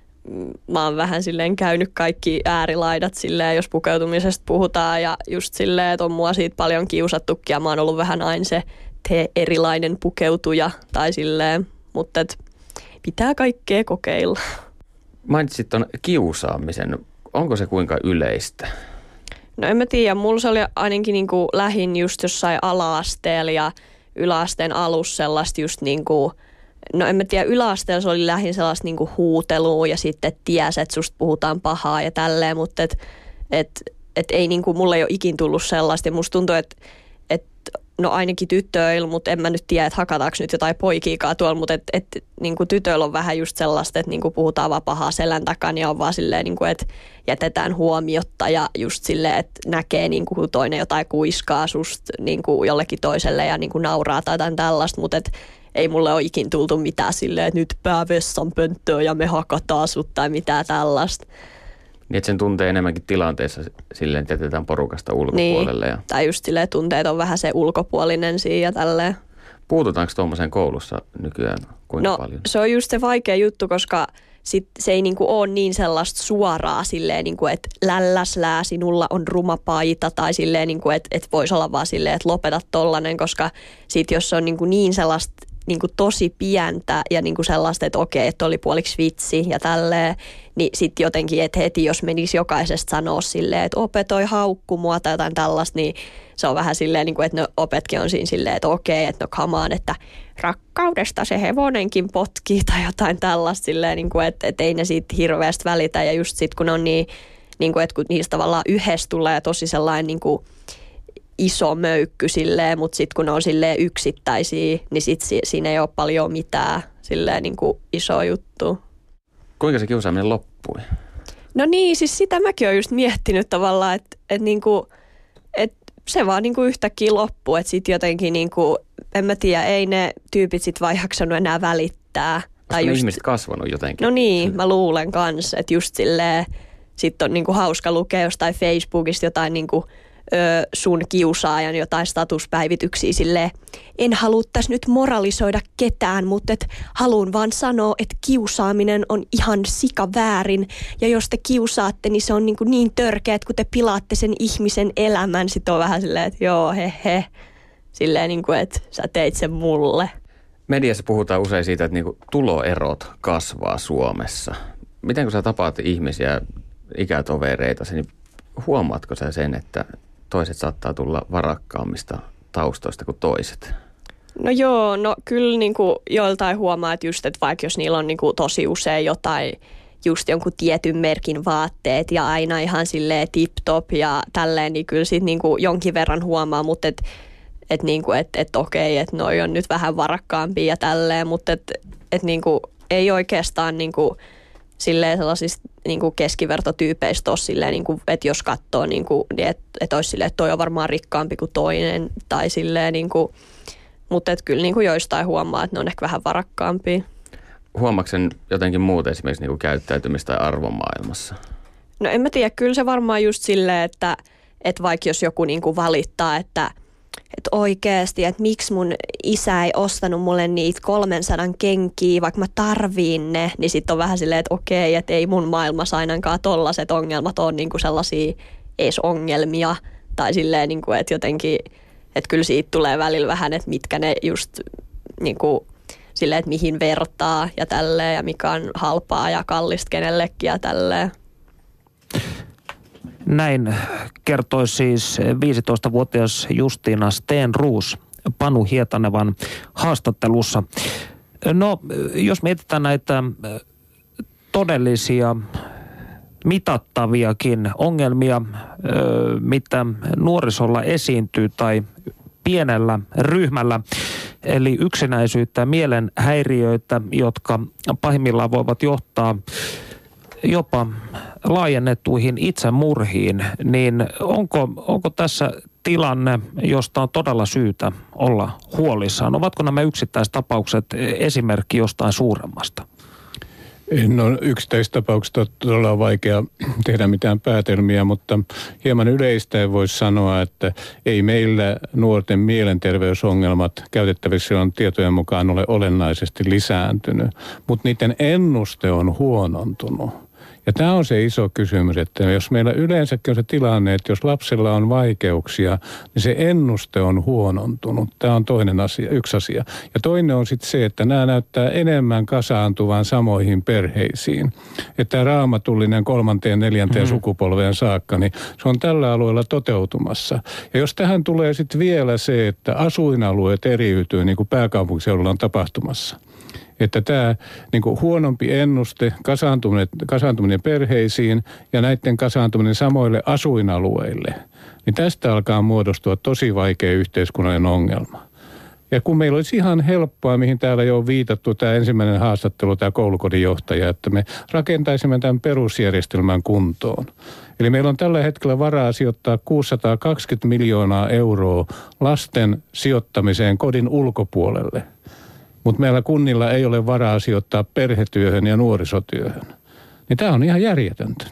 S7: mä oon vähän silleen käynyt kaikki äärilaidat silleen, jos pukeutumisesta puhutaan ja just silleen, että on mua siitä paljon kiusattukin ja mä oon ollut vähän aina se te erilainen pukeutuja tai silleen, mutta et pitää kaikkea kokeilla.
S5: Mainitsit ton kiusaamisen. Onko se kuinka yleistä?
S7: No en mä tiedä. Mulla se oli ainakin niinku lähin just jossain ala-asteella ja yläasteen alussa sellaista just niinku no en mä tiedä, yläasteella se oli lähin sellaista niinku huutelua ja sitten tiesi, että susta puhutaan pahaa ja tälleen, mutta et, et, et ei niinku, mulle ei ole ikin tullut sellaista ja musta tuntuu, että et, no ainakin tyttöillä, mutta en mä nyt tiedä, että hakataanko nyt jotain poikiikaa tuolla, mutta et, et, niinku tytöillä on vähän just sellaista, että niinku puhutaan vaan pahaa selän takana ja on vaan silleen, niinku, että jätetään huomiotta ja just silleen, että näkee niinku, kun toinen jotain kuiskaa susta niinku, jollekin toiselle ja niinku, nauraa tai jotain tällaista, mutta et, ei mulle ole ikin tultu mitään silleen, että nyt pää vessan pönttöön ja me hakataan sut tai mitään tällaista.
S5: Niin, että sen tuntee enemmänkin tilanteessa silleen, että jätetään porukasta ulkopuolelle.
S7: Niin, ja tai just silleen tunteet on vähän se ulkopuolinen siinä ja tälleen.
S5: Puututaanko tuommoiseen koulussa nykyään kuinka
S7: no,
S5: paljon?
S7: Se on just se vaikea juttu, koska sit se ei niinku ole niin sellaista suoraa silleen, niinku, että lälläslää, sinulla on ruma paita tai silleen, niinku, että et voisi olla vaan silleen, että lopeta tollanen, koska sit jos on niinku niin sellaista niinku tosi pientä ja niinku sellaista, että okei, että oli puoliksi vitsi ja tälleen, niin sitten jotenkin, että heti jos menisi jokaisesta sanoa silleen, että opetoi haukku mua tai jotain tällaista, niin se on vähän silleen, niin kuin, että no opetkin on siinä silleen, että okei, että no come on, että rakkaudesta se hevonenkin potkii tai jotain tällaista silleen, niin kuin, että, että ei ne siitä hirveästi välitä ja just sitten kun on niin, niin kuin, että kun niistä tavallaan yhdessä tulee tosi sellainen niin kuin iso möykky silleen, mutta sitten kun ne on silleen yksittäisiä, niin sitten si- siinä ei ole paljon mitään silleen niin kuin iso juttu.
S5: Kuinka se kiusaaminen loppui?
S7: No niin, siis sitä mäkin olen just miettinyt tavallaan, että, että, niin kuin, että se vaan niin kuin yhtäkkiä loppui, että sitten jotenkin niin kuin, en mä tiedä, ei ne tyypit sitten vaan jaksanut enää välittää.
S5: Onko ne just ihmiset kasvanut jotenkin?
S7: No niin, mä luulen kanssa, että just silleen, sitten on niin kuin hauska lukea jostain Facebookista jotain niin kuin Ö, sun kiusaajan jotain statuspäivityksiä silleen, en halua tässä nyt moralisoida ketään, mutta et haluan vaan sanoa, että kiusaaminen on ihan sika väärin ja jos te kiusaatte, niin se on niin, niin törkeä, että kun te pilaatte sen ihmisen elämän, sit on vähän silleen, että joo he he, silleen niin kuin, että sä teit sen mulle.
S5: Mediassa puhutaan usein siitä, että niin kuin tuloerot kasvaa Suomessa. Miten kun sä tapaat ihmisiä, ikätovereita, niin huomaatko sä sen, että toiset saattaa tulla varakkaammista taustoista kuin toiset?
S7: No joo, no kyllä niin kuin joiltain huomaa, että just, että vaikka jos niillä on niin kuin tosi usein jotain just jonkun tietyn merkin vaatteet ja aina ihan silleen tip-top ja tälleen, niin kyllä siitä niin kuin jonkin verran huomaa, mutta että et niinku, et, et okei, että noi on nyt vähän varakkaampia ja tälleen, mutta että et niinku, ei oikeastaan niinku, silleen sellaisista niinku keskivertotyypeistä ole silleen, niinku, että jos katsoo, niinku, niin että et olisi silleen, että toi on varmaan rikkaampi kuin toinen tai silleen, niinku, mutta että kyllä niinku joistain huomaa, että ne on ehkä vähän varakkaampia.
S5: Huomaatko sen jotenkin muuta esimerkiksi niinku käyttäytymistä tai arvomaailmassa?
S7: No en mä tiedä, kyllä se varmaan just silleen, että, että vaikka jos joku niinku valittaa, että että oikeasti, että miksi mun isä ei ostanut mulle niitä kolmensadan kenkiä, vaikka mä tarviin ne, niin sitten on vähän silleen, että okei, että ei mun maailmassa ainakaan tollaset ongelmat ole niinku sellaisia edes ongelmia. Tai silleen, niinku, että jotenkin, että kyllä siitä tulee välillä vähän, että mitkä ne just niinku, silleen, että mihin vertaa ja tälleen, ja mikä on halpaa ja kallista kenellekin ja tälleen.
S2: Näin kertoi siis viisitoistavuotias Justiina Stenroos Panu Hietanevan haastattelussa. No, jos mietitään näitä todellisia mitattaviakin ongelmia, mitä nuorisolla esiintyy tai pienellä ryhmällä, eli yksinäisyyttä ja mielenhäiriöitä, jotka pahimmillaan voivat johtaa jopa laajennettuihin itsemurhiin, niin onko, onko tässä tilanne, josta on todella syytä olla huolissaan? Ovatko nämä yksittäistapaukset esimerkki jostain suuremmasta?
S3: No yksittäistapauksista on todella vaikea tehdä mitään päätelmiä, mutta hieman yleistäen voisi sanoa, että ei meillä nuorten mielenterveysongelmat käytettävissä on tietojen mukaan ole olennaisesti lisääntynyt, mutta niiden ennuste on huonontunut. Ja tämä on se iso kysymys, että jos meillä yleensäkin on se tilanne, että jos lapsella on vaikeuksia, niin se ennuste on huonontunut. Tämä on toinen asia, yksi asia. Ja toinen on sitten se, että nämä näyttää enemmän kasaantuvan samoihin perheisiin. Että raamatullinen kolmanteen, neljänteen mm-hmm. sukupolveen saakka, niin se on tällä alueella toteutumassa. Ja jos tähän tulee sitten vielä se, että asuinalueet eriytyy, niin kuin pääkaupunkiseudulla on tapahtumassa. Että tämä niin kuin huonompi ennuste, kasaantuminen, kasaantuminen perheisiin ja näiden kasaantuminen samoille asuinalueille, niin tästä alkaa muodostua tosi vaikea yhteiskunnallinen ongelma. Ja kun meillä olisi ihan helppoa, mihin täällä jo on viitattu, tämä ensimmäinen haastattelu, tämä koulukodin johtaja, että me rakentaisimme tämän perusjärjestelmän kuntoon. Eli meillä on tällä hetkellä varaa sijoittaa kuusisataakaksikymmentä miljoonaa euroa lasten sijoittamiseen kodin ulkopuolelle. Mutta meillä kunnilla ei ole varaa sijoittaa perhetyöhön ja nuorisotyöhön. Niin tämä on ihan järjetöntä.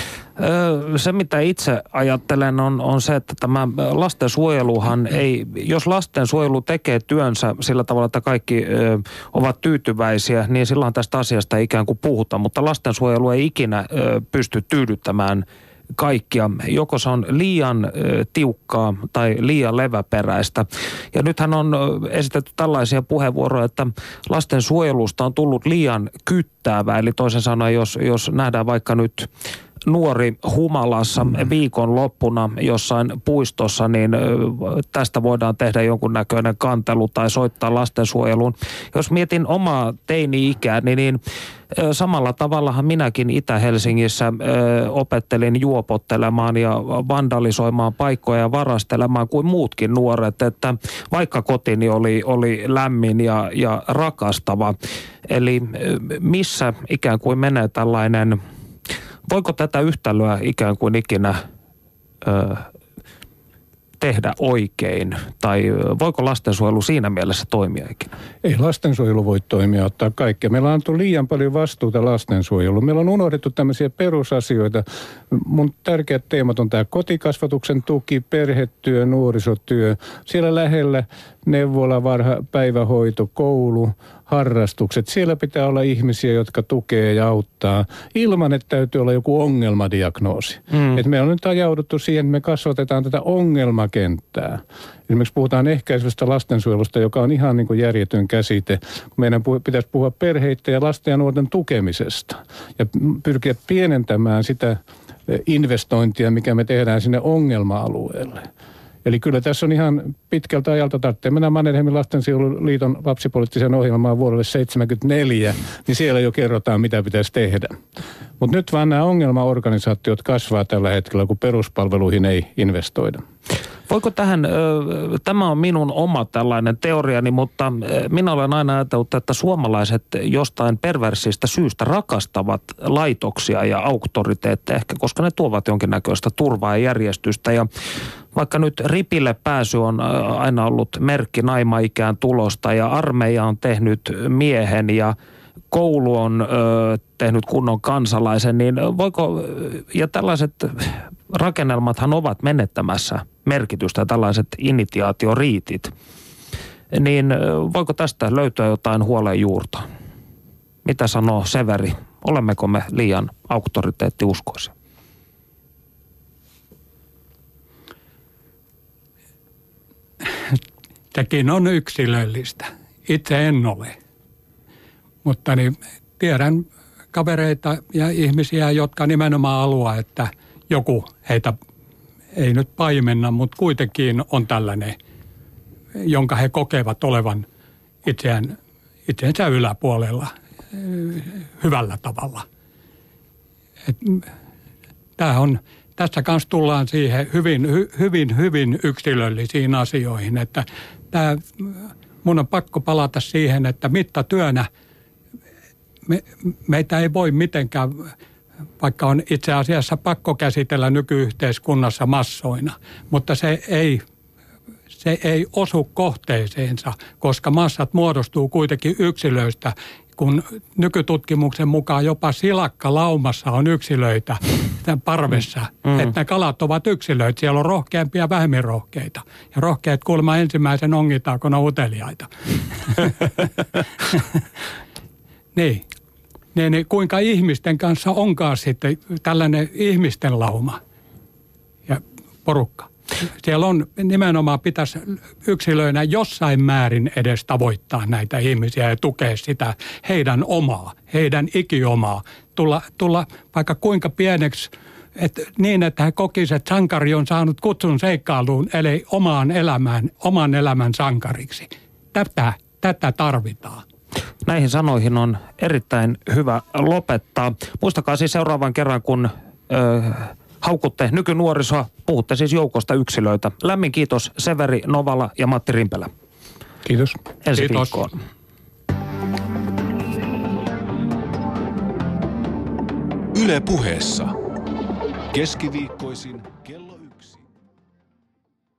S2: Se, mitä itse ajattelen, on, on se, että tämä lastensuojeluhan ei, jos lastensuojelu tekee työnsä sillä tavalla, että kaikki ö, ovat tyytyväisiä, niin silloin tästä asiasta ei ikään kuin puhuta, mutta lastensuojelu ei ikinä ö, pysty tyydyttämään kaikkia. Joko se on liian ö, tiukkaa tai liian leväperäistä. Ja nythän on esitetty tällaisia puheenvuoroja, että lastensuojelusta on tullut liian kyttäävää. Eli toisin sanoen, jos, jos nähdään vaikka nyt nuori humalassa viikonloppuna jossain puistossa, niin tästä voidaan tehdä jonkunnäköinen kantelu tai soittaa lastensuojeluun. Jos mietin omaa teini-ikääni, niin samalla tavallahan minäkin Itä-Helsingissä opettelin juopottelemaan ja vandalisoimaan paikkoja ja varastelemaan kuin muutkin nuoret, että vaikka kotini oli, oli lämmin ja, ja rakastava. Eli missä ikään kuin menee tällainen... Voiko tätä yhtälöä ikään kuin ikinä ö, tehdä oikein? Tai voiko lastensuojelu siinä mielessä toimia ikinä?
S3: Ei lastensuojelu voi toimia, ottaa kaikkea. Meillä on annettu liian paljon vastuuta lastensuojeluun. Meillä on unohdettu tämmöisiä perusasioita. Mun tärkeät teemat on tämä kotikasvatuksen tuki, perhetyö, nuorisotyö. Siellä lähellä neuvola, varha, päivähoito, koulu, harrastukset. Siellä pitää olla ihmisiä, jotka tukee ja auttaa, ilman että täytyy olla joku ongelmadiagnoosi. Mm. Et me on nyt ajauduttu siihen, että me kasvatetaan tätä ongelmakenttää. Esimerkiksi puhutaan ehkäisevästä lastensuojelusta, joka on ihan niin kuin järjetön käsite. Meidän pitäisi puhua perheiden ja lasten ja nuorten tukemisesta ja pyrkiä pienentämään sitä investointia, mikä me tehdään sinne ongelma-alueelle. Eli kyllä tässä on ihan pitkältä ajalta tarvitsee mennä Mannerheimin Lastensuojeluliiton lapsipoliittiseen ohjelmaan vuodelle seitsemänkymmentäneljä, niin siellä jo kerrotaan, mitä pitäisi tehdä. Mutta nyt vaan nämä ongelmaorganisaatiot kasvaa tällä hetkellä, kun peruspalveluihin ei investoida.
S2: Voiko tähän, tämä on minun oma tällainen teoriani, mutta minä olen aina ajatellut, että suomalaiset jostain perversistä syystä rakastavat laitoksia ja auktoriteetteja, ehkä koska ne tuovat jonkinnäköistä turvaa ja järjestystä. Ja vaikka nyt ripille pääsy on aina ollut merkki naimaikään tulosta ja armeija on tehnyt miehen ja koulu on ö, tehnyt kunnon kansalaisen, niin voiko, ja tällaiset rakennelmathan ovat menettämässä merkitystä, tällaiset initiaatioriitit, niin voiko tästä löytyä jotain huolen juurta? Mitä sanoo Severi? Olemmeko me liian auktoriteettiuskoisia?
S4: Sekin on yksilöllistä. Itse en ole. Mutta niin, tiedän kavereita ja ihmisiä, jotka nimenomaan haluaa, että joku heitä ei nyt paimenna, mutta kuitenkin on tällainen, jonka he kokevat olevan itseään, itseensä yläpuolella hyvällä tavalla. Et, tää on, tässä kanssa tullaan siihen hyvin, hy, hyvin, hyvin yksilöllisiin asioihin, että tää, mun on pakko palata siihen, että mittatyönä me, meitä ei voi mitenkään, vaikka on itse asiassa pakko käsitellä nykyyhteiskunnassa massoina, mutta se ei, se ei osu kohteeseensa, koska massat muodostuu kuitenkin yksilöistä, kun nykytutkimuksen mukaan jopa silakkalaumassa on yksilöitä parvessa, mm. että ne kalat ovat yksilöitä. Siellä on rohkeampia ja vähemmän rohkeita. Ja rohkeat kuulemma ensimmäisen ongitaan, kun on uteliaita. niin. Niin, niin. Kuinka ihmisten kanssa onkaan sitten tällainen ihmisten lauma ja porukka. Siellä on nimenomaan pitäisi yksilöinä jossain määrin edes tavoittaa näitä ihmisiä ja tukea sitä heidän omaa, heidän ikiomaa. Tulla, tulla vaikka kuinka pieneksi, että niin että he kokisivat, että sankari on saanut kutsun seikkailuun, eli omaan elämään, oman elämän sankariksi. Tätä, tätä tarvitaan.
S2: Näihin sanoihin on erittäin hyvä lopettaa. Muistakaa siis seuraavan kerran, kun Öö, haukutte nykynuorisoa, puhutte siis joukosta yksilöitä. Lämmin kiitos Severi Novala ja Matti Rimpelä.
S3: Kiitos.
S2: Ensi
S4: Kiitos.
S2: viikkoon.
S1: Yle Puheessa. Keskiviikkoisin kello